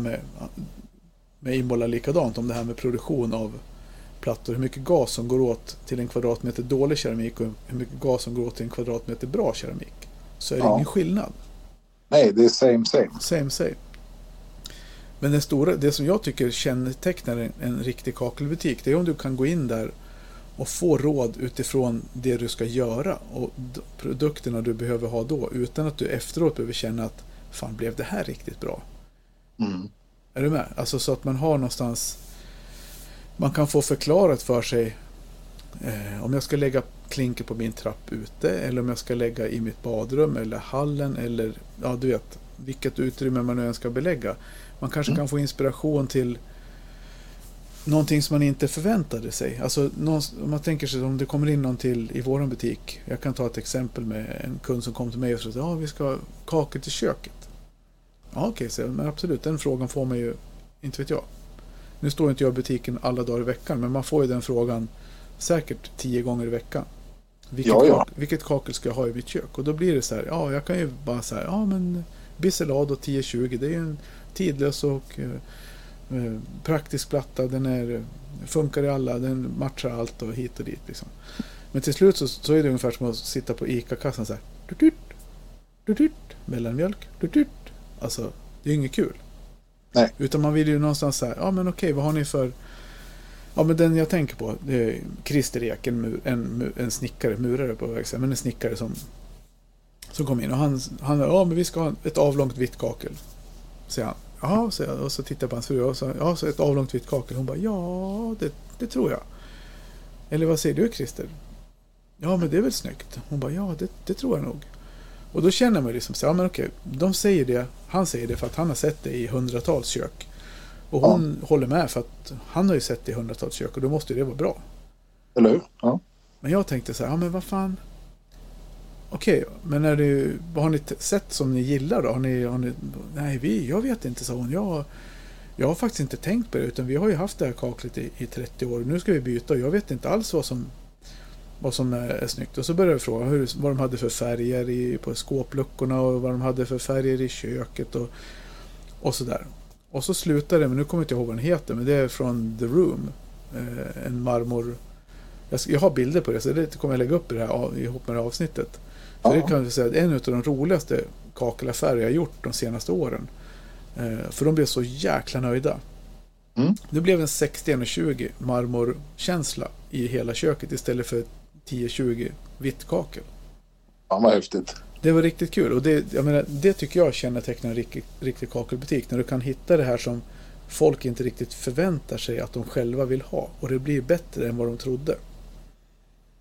med Imbola likadant, om det här med produktion av plattor. Hur mycket gas som går åt till en kvadratmeter dålig keramik och hur mycket gas som går åt till en kvadratmeter bra keramik. Så är det ingen skillnad. Nej, det är same. Men det som jag tycker kännetecknar en riktig kakelbutik, det är om du kan gå in där och få råd utifrån det du ska göra och produkterna du behöver ha då, utan att du efteråt behöver känna att fan, blev det här riktigt bra? Är du med? Alltså så att man har någonstans, man kan få förklarat för sig om jag ska lägga klinker på min trapp ute, eller om jag ska lägga i mitt badrum eller hallen, eller ja, du vet, vilket utrymme man nu ska belägga. Man kanske kan få inspiration till någonting som man inte förväntade sig. Alltså om man tänker sig, om det kommer in någon till i våran butik. Jag kan ta ett exempel med en kund som kom till mig och sa, ja, vi ska ha kakel till köket. Ja, okej, så, men absolut, den frågan får man ju, inte vet jag. Nu står inte jag i butiken alla dagar i veckan, men man får ju den frågan säkert 10 gånger i veckan. Vilket kakel ska jag ha i mitt kök? Och då blir det så här, ja, jag kan ju bara säga, ja, men Biselado 1020, det är en tidlös och praktisk platta, den funkar i alla, den matchar allt och hit och dit liksom. Men till slut så är det ungefär som att sitta på ICA-kassan så här, mellanmjölk, alltså det är ju inget kul. Nej. Utan man vill ju någonstans säga, ja men okej, vad har ni för, ja men den jag tänker på, det är Christer Ek, en snickare, murare på väg, men en snickare som kom in och han ja, men vi ska ha ett avlångt vitt kakel, säger han. Ja, så och så tittar jag på hans fru och så, ja, så ett avlångt vitt kakel. Hon bara, ja, det tror jag. Eller vad säger du, Christer? Ja, men det är väl snyggt. Hon bara, ja, det tror jag nog. Och då känner man liksom så, ja men okej, de säger det, han säger det för att han har sett det i hundratals kök. Och hon håller med för att han har ju sett det i hundratals kök och då måste det vara bra. Eller hur? Ja. Men jag tänkte så här, ja men vad fan. Okej, men vad har ni sett som ni gillar då? Har ni, nej, jag vet inte, sa hon. Jag har faktiskt inte tänkt på det, utan vi har ju haft det här kaklet i 30 år. Nu ska vi byta och jag vet inte alls vad som är snyggt. Och så började jag fråga vad de hade för färger på skåpluckorna och vad de hade för färger i köket och sådär. Och så slutade det, men nu kommer jag inte ihåg vad den heter, men det är från The Room. En marmor. Jag har bilder på det, så det kommer jag lägga upp i det här, ihop med det här avsnittet. För det kan jag säga att en av de roligaste kakelaffärer jag gjort de senaste åren. För de blev så jäkla nöjda. Det blev en 60-20 marmorkänsla i hela köket istället för 10-20 vitt kakel. Ja, vad häftigt. Det var riktigt kul. Och det tycker jag kännetecknar en riktig kakelbutik. När du kan hitta det här som folk inte riktigt förväntar sig att de själva vill ha. Och det blir bättre än vad de trodde.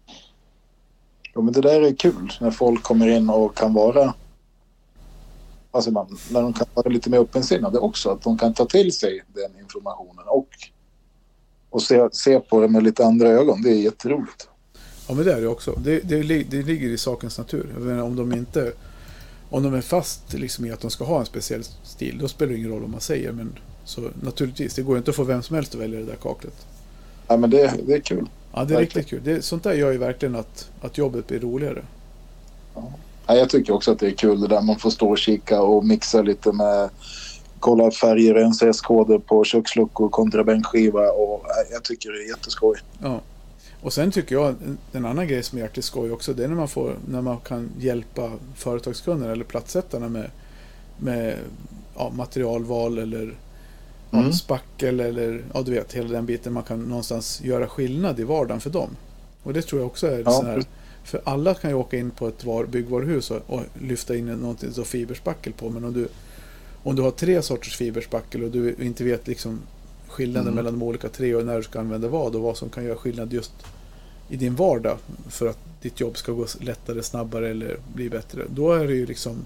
Ja, men det där är kul när folk kommer in och kan vara alltså när de kan vara lite mer öppensinnade också, att de kan ta till sig den informationen och se på det med lite andra ögon. Det är jätteroligt. Ja, men det är det också. Det ligger i sakens natur. Jag menar, om de är fast liksom i att de ska ha en speciell stil, då spelar det ingen roll vad man säger. Men så naturligtvis, det går inte att få vem som helst att välja det där kaklet. Ja, men det är kul. Ja, det är riktigt kul. Sånt där gör ju verkligen att jobbet blir roligare. Ja, jag tycker också att det är kul det där. Man får stå och kika och mixa lite med, kolla färger, NCS-koder på köksluckor kontra bänkskiva, och jag tycker det är jätteskoj. Ja. Och sen tycker jag en annan grej som är jäkligt skoj också, det är när man kan hjälpa företagskunder eller platssättarna med materialval eller spackel eller du vet, hela den biten. Man kan någonstans göra skillnad i vardagen för dem. Och det tror jag också är så här, för alla kan ju åka in på ett byggvaruhus och lyfta in någonting så fiberspackel på, men om du har 3 sorters fiberspackel och du inte vet liksom skillnaden mellan de olika 3 och när du ska använda vad och vad som kan göra skillnad just i din vardag för att ditt jobb ska gå lättare, snabbare eller bli bättre, då är det ju liksom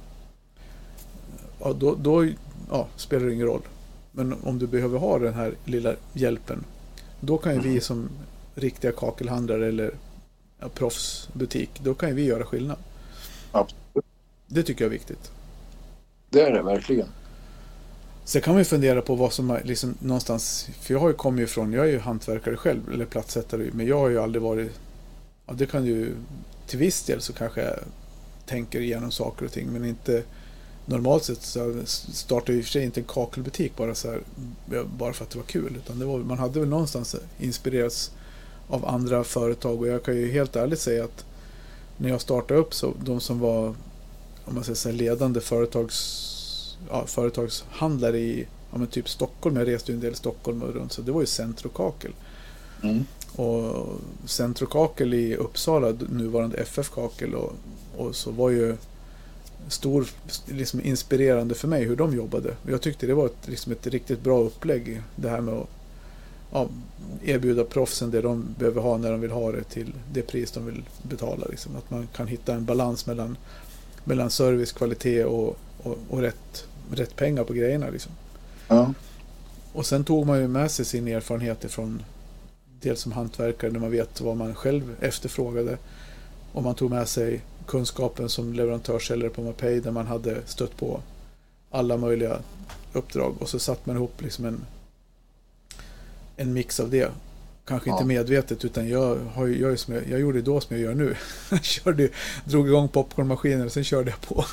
då spelar det ingen roll. Men om du behöver ha den här lilla hjälpen, då kan ju vi som riktiga kakelhandlare eller proffsbutik, då kan ju vi göra skillnad. Absolut. Det tycker jag är viktigt. Det är det verkligen. Så kan vi fundera på vad som är liksom någonstans, för jag har ju kommit ifrån, jag är ju hantverkare själv eller platssättare, men jag har ju aldrig varit, det kan ju till viss del så kanske jag tänker igenom saker och ting, men inte normalt sett så startade ju i och för sig inte en kakelbutik bara för att det var kul, utan man hade väl någonstans inspirerats av andra företag, och jag kan ju helt ärligt säga att när jag startade upp, så de som var, om man säger så här, ledande företagshandlare i typ Stockholm, jag reste ju en del Stockholm och runt, så det var ju Centro Kakel. Och Centro Kakel i Uppsala, nuvarande FF Kakel, och så var ju stor liksom inspirerande för mig hur de jobbade. Och jag tyckte det var ett riktigt bra upplägg, det här med att erbjuda proffsen det de behöver ha när de vill ha det till det pris de vill betala. Liksom. Att man kan hitta en balans mellan service, kvalitet och rätt pengar på grejerna. Liksom. Ja. Och sen tog man ju med sig sin erfarenhet ifrån dels som hantverkare, när man vet vad man själv efterfrågade, och man tog med sig kunskapen som leverantörssäljare på Mapei, där man hade stött på alla möjliga uppdrag, och så satt man ihop liksom en mix av det. Kanske inte medvetet, utan jag gjorde då som jag gör nu. Jag drog igång popcornmaskinen och sen körde jag på.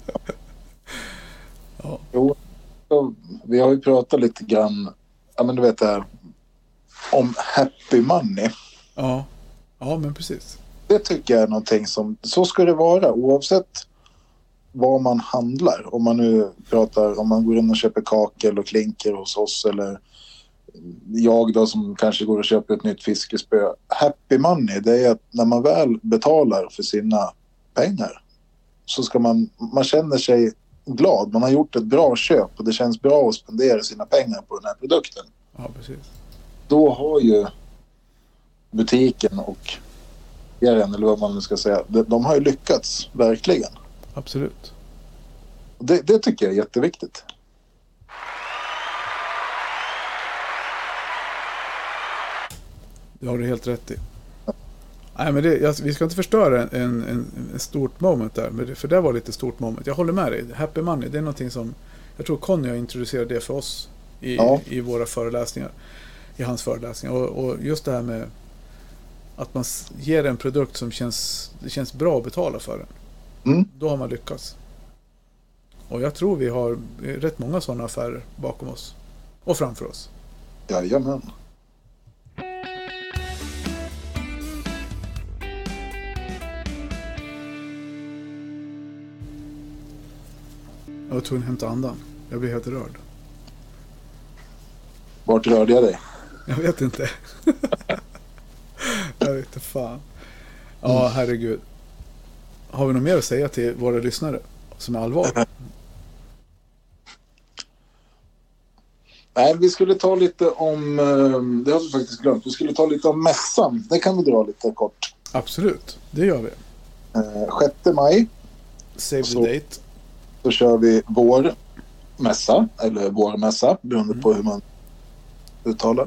Ja. Jo, vi har ju pratat lite grann, men du vet det här om happy money. Ja, men precis. Det tycker jag är någonting som, så ska det vara oavsett vad man handlar. Om man nu pratar, om man går in och köper kakel och klinker hos oss, eller jag då som kanske går och köper ett nytt fiskespö. Happy money, det är att när man väl betalar för sina pengar, så ska man känner sig glad. Man har gjort ett bra köp och det känns bra att spendera sina pengar på den här produkten. Ja, precis. Då har ju butiken och eller vad man nu ska säga, de har ju lyckats, verkligen. Absolut. Det tycker jag är jätteviktigt. Det har du helt rätt i. Nej, men vi ska inte förstöra en stort moment där, för det var lite stort moment. Jag håller med dig. Happy money, det är någonting som jag tror Conny har introducerat det för oss i våra föreläsningar, i hans föreläsningar, och just det här med att man ger en produkt som det känns bra att betala för den. Då har man lyckats. Och jag tror vi har rätt många sådana affärer bakom oss och framför oss. Jajamän. Jag var tvungen att hämta andan. Jag blev helt rörd. Vart rörde jag dig? Jag vet inte. Jag vet inte fan. Ja, herregud. Har vi något mer att säga till våra lyssnare som är allvar? Nej, vi skulle ta lite om, det har vi faktiskt glömt, vi skulle ta lite om mässan. Det kan vi dra lite kort. Absolut, det gör vi. 6 maj. Save the date. så kör vi vårmässa, eller vårmässa, beroende på hur man uttalar.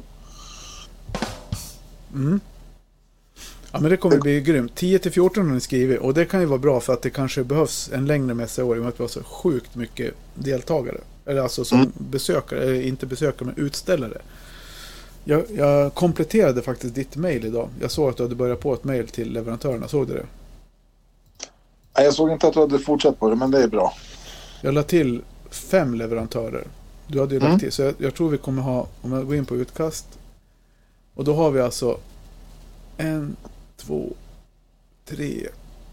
Ja, men det kommer bli grymt. 10-14 har ni skrivit, och det kan ju vara bra för att det kanske behövs en längre mässa i år i och med att vi har så sjukt mycket deltagare. Eller alltså som besökare, eller inte besökare men utställare. Jag kompletterade faktiskt ditt mejl idag. Jag såg att du hade börjat på ett mejl till leverantörerna. Såg du det? Nej, jag såg inte att du hade fortsatt på det, men det är bra. Jag la till 5 leverantörer. Du hade ju lagt till. Så jag tror vi kommer ha, om jag går in på utkast. Och då har vi alltså 1, 2, 3,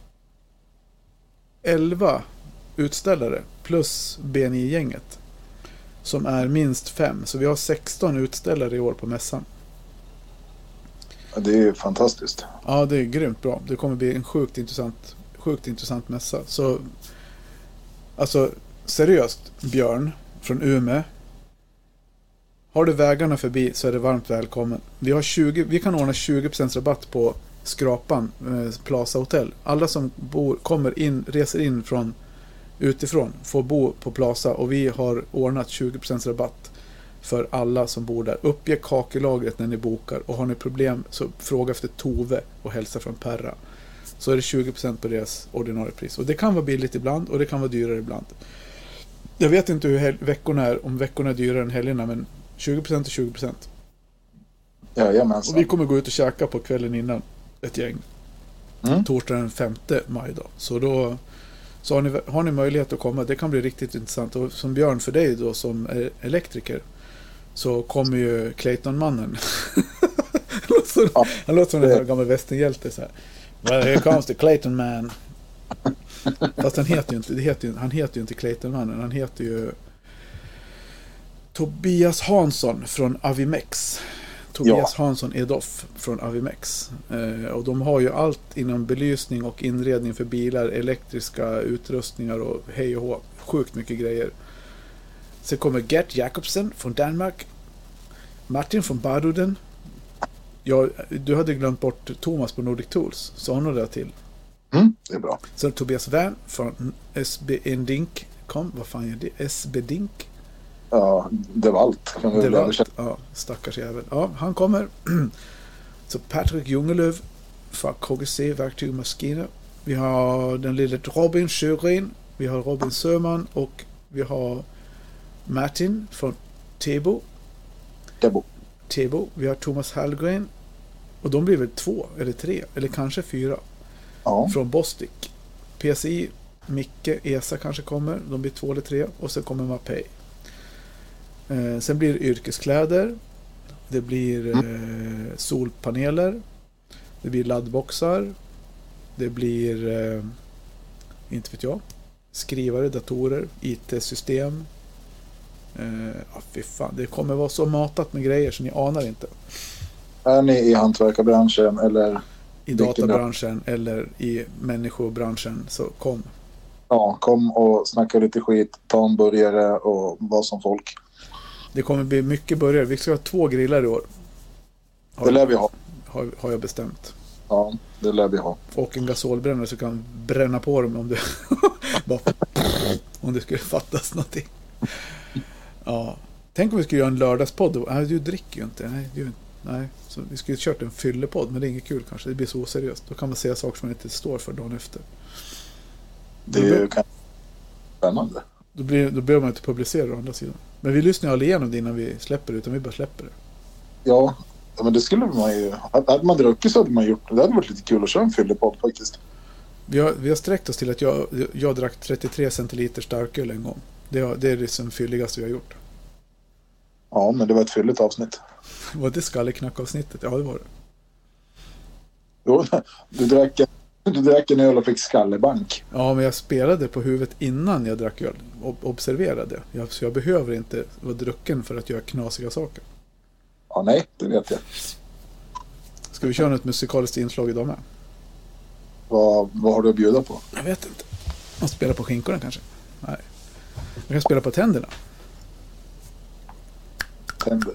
11 utställare plus BNI-gänget. Som är minst 5. Så vi har 16 utställare i år på mässan. Ja, det är fantastiskt. Ja, det är grymt bra. Det kommer bli en sjukt intressant mässa. Så alltså seriöst, Björn från Umeå. Har du vägarna förbi så är det varmt välkommen. Vi kan ordna 20% rabatt på Skrapan Plaza Hotel. Alla som reser in från utifrån får bo på Plaza, och vi har ordnat 20% rabatt för alla som bor där. Uppge kakelagret när ni bokar, och har ni problem så fråga efter Tove och hälsa från Perra. Så är det 20% på deras ordinarie pris. Och det kan vara billigt ibland och det kan vara dyrare ibland. Jag vet inte hur veckorna är, om veckorna är dyrare än helgerna, men 20% är 20%. Jajamensan. Och vi kommer gå ut och käka på kvällen innan ett gäng. Torsdag den 5 maj då. Så då har ni möjlighet att komma. Det kan bli riktigt intressant. Och som Björn, för dig då som elektriker, så kommer ju Clayton-mannen. Han låter som en gammal västernhjälte så här. Well, here comes the Clayton man. Fast han heter ju inte Clayton-mannen. Han heter ju Tobias Hansson från Avimex. Tobias Hansson Edoff från Avimex. Och de har ju allt inom belysning och inredning för bilar, elektriska utrustningar och hej och hå. Sjukt mycket grejer. Sen kommer Gert Jakobsen från Danmark. Martin från Baduden. Du hade glömt bort Thomas på Nordic Tools. Så han har det till. Det är bra. Sen Tobias Wern från SB Dink. Vad fan är det? SB Dink? Ja, det var allt. Det var allt. Ja, stackars jävel. Ja, han kommer. Så Patrick Jungelöv från KGC Verktyg och Maskiner. Vi har den lille Robin Sjögren. Vi har Robin Söman och vi har Martin från Tebo. Vi har Thomas Hallgren. Och de blir väl 2 eller 3 eller kanske 4. Ja. Från Bostik. PCI, Micke, ESA kanske kommer. De blir 2 eller 3. Och sen kommer Mapei. Sen blir det yrkeskläder. Det blir solpaneler. Det blir laddboxar. Det blir inte vet jag, skrivare, datorer, IT-system. Fy fan, det kommer vara så matat med grejer så ni anar inte. Är ni i hantverkarbranschen eller i databranschen eller i människobranschen, så kom. Ja, kom och snacka lite skit, ta en burgare och vara som folk. Det kommer bli mycket burgare. Vi ska ha 2 grillar i år. Det lär vi ha. Har jag bestämt. Ja, det lär vi ha. Och en gasolbrännare så kan bränna på dem om det om det skulle fattas någonting. Ja. Tänk om vi skulle göra en lördagspodd. Nej, du dricker ju inte. Nej. Så vi skulle kört en fyllepodd, men det är inget kul kanske. Det blir så oseriöst. Då kan man säga saker som man inte står för dagen efter. Det är ju spännande. Då behöver man inte publicera å andra sidan. Men vi lyssnar ju aldrig igenom det innan vi släpper det, utan vi bara släpper det. Ja, men det skulle man ju... Hade man druckit så hade man gjort det. Det hade varit lite kul att köra en fyllepodd faktiskt. Vi har sträckt oss till att jag drack 33 centiliter starköl en gång. Det är det som fylligaste vi har gjort. Ja, men det var ett fylligt avsnitt. Var det skalleknack-avsnittet? Ja, det var det. Jo, du drack en öl och fick skallebank. Ja, men jag spelade på huvudet innan jag drack öl. Observerade. Så jag behöver inte vara drucken för att göra knasiga saker. Ja, nej, det vet jag. Ska vi köra ett musikaliskt inslag idag med? Vad har du att bjuda på? Jag vet inte. Man spelar på skinkorna kanske? Nej. Jag kan spela på tänderna. Tänder.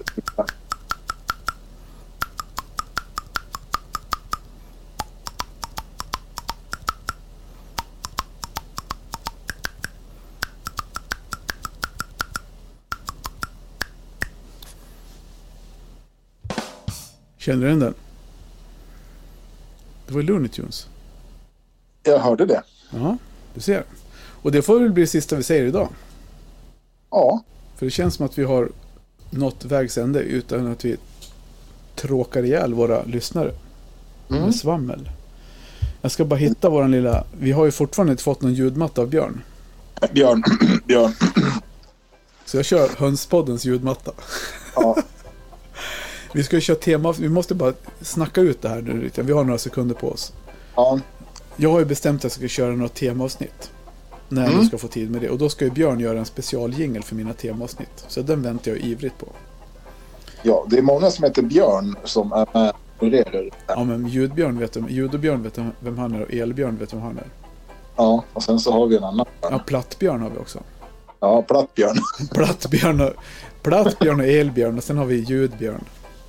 Känner du den? Det var Looney Tunes. Jag hörde det. Ja, du ser. Och det får väl bli det sista vi säger idag. Ja. För det känns som att vi har nått vägs ände utan att vi tråkar ihjäl våra lyssnare. Med svammel. Jag ska bara hitta våran lilla... Vi har ju fortfarande inte fått någon ljudmatta av Björn. Björn. Så jag kör Hönspoddens ljudmatta. Ja. Vi ska ju köra tema... Vi måste bara snacka ut det här nu. Vi har några sekunder på oss. Ja. Jag har ju bestämt att jag ska köra några temaavsnitt. När jag ska få tid med det. Och då ska ju Björn göra en specialjingel för mina temaavsnitt. Så den väntar jag ivrigt på. Ja, det är många som heter Björn som är med och rerer. Ja, men Ljudbjörn vet Ljudbjörn vet vem han är och Elbjörn vet vem han är. Ja, och sen så har vi en annan. Ja, Plattbjörn har vi också. Ja, Plattbjörn. Plattbjörn och Elbjörn och sen har vi Ljudbjörn.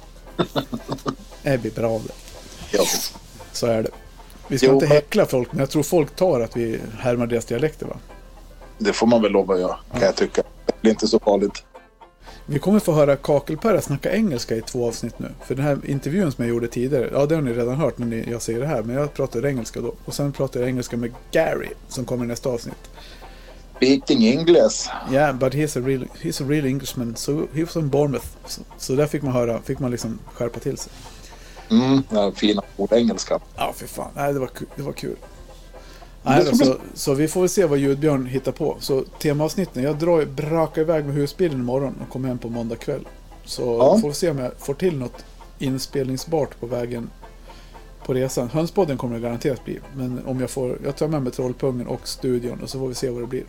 Det blir bra det. Ja. Så är det. Vi ska inte häckla folk, men jag tror folk tar att vi härmar deras dialekter, va? Det får man väl lova att göra, kan jag tycka. Det blir inte så farligt. Vi kommer få höra Kakelperra snacka engelska i 2 avsnitt nu. För den här intervjun som jag gjorde tidigare, ja det har ni redan hört när jag säger det här. Men jag pratar engelska då. Och sen pratar jag engelska med Gary som kommer i nästa avsnitt. Speaking English. Yeah, but he's a real Englishman. So he was in Bournemouth. Så där fick man liksom skärpa till sig. Ja, fina ord engelska. Ja, för fan. Nej, det var kul. Nej, så vi får väl se vad Ljudbjörn hittar på. Så temaavsnitten, jag brakar iväg med husbilen imorgon och kommer hem på måndag kväll. Så får vi se om jag får till något inspelningsbart på vägen på resan. Hönspodden kommer det garanterat bli. Men om jag tar med mig Trollpungen och studion och så får vi se vad det blir.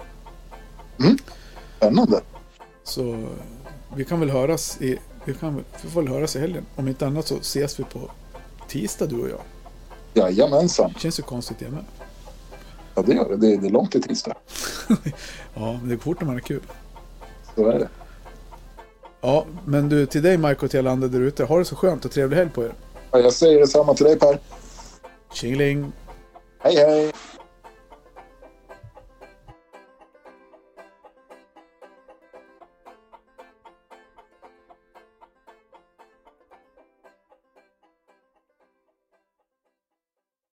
Spännande. Så vi kan väl höras i helgen. Om inte annat så ses vi på tisdag, du och jag. Jajamensan. Det känns ju konstigt det med. Ja, det gör det. Det är långt till tisdag. Ja, men det går fort när man är kul. Så är det. Ja, men du, till dig Mike och till alla andra där ute, ha det så skönt och trevlig helg på er. Ja, jag säger detsamma till dig, Per. Tjingeling! Hej, hej!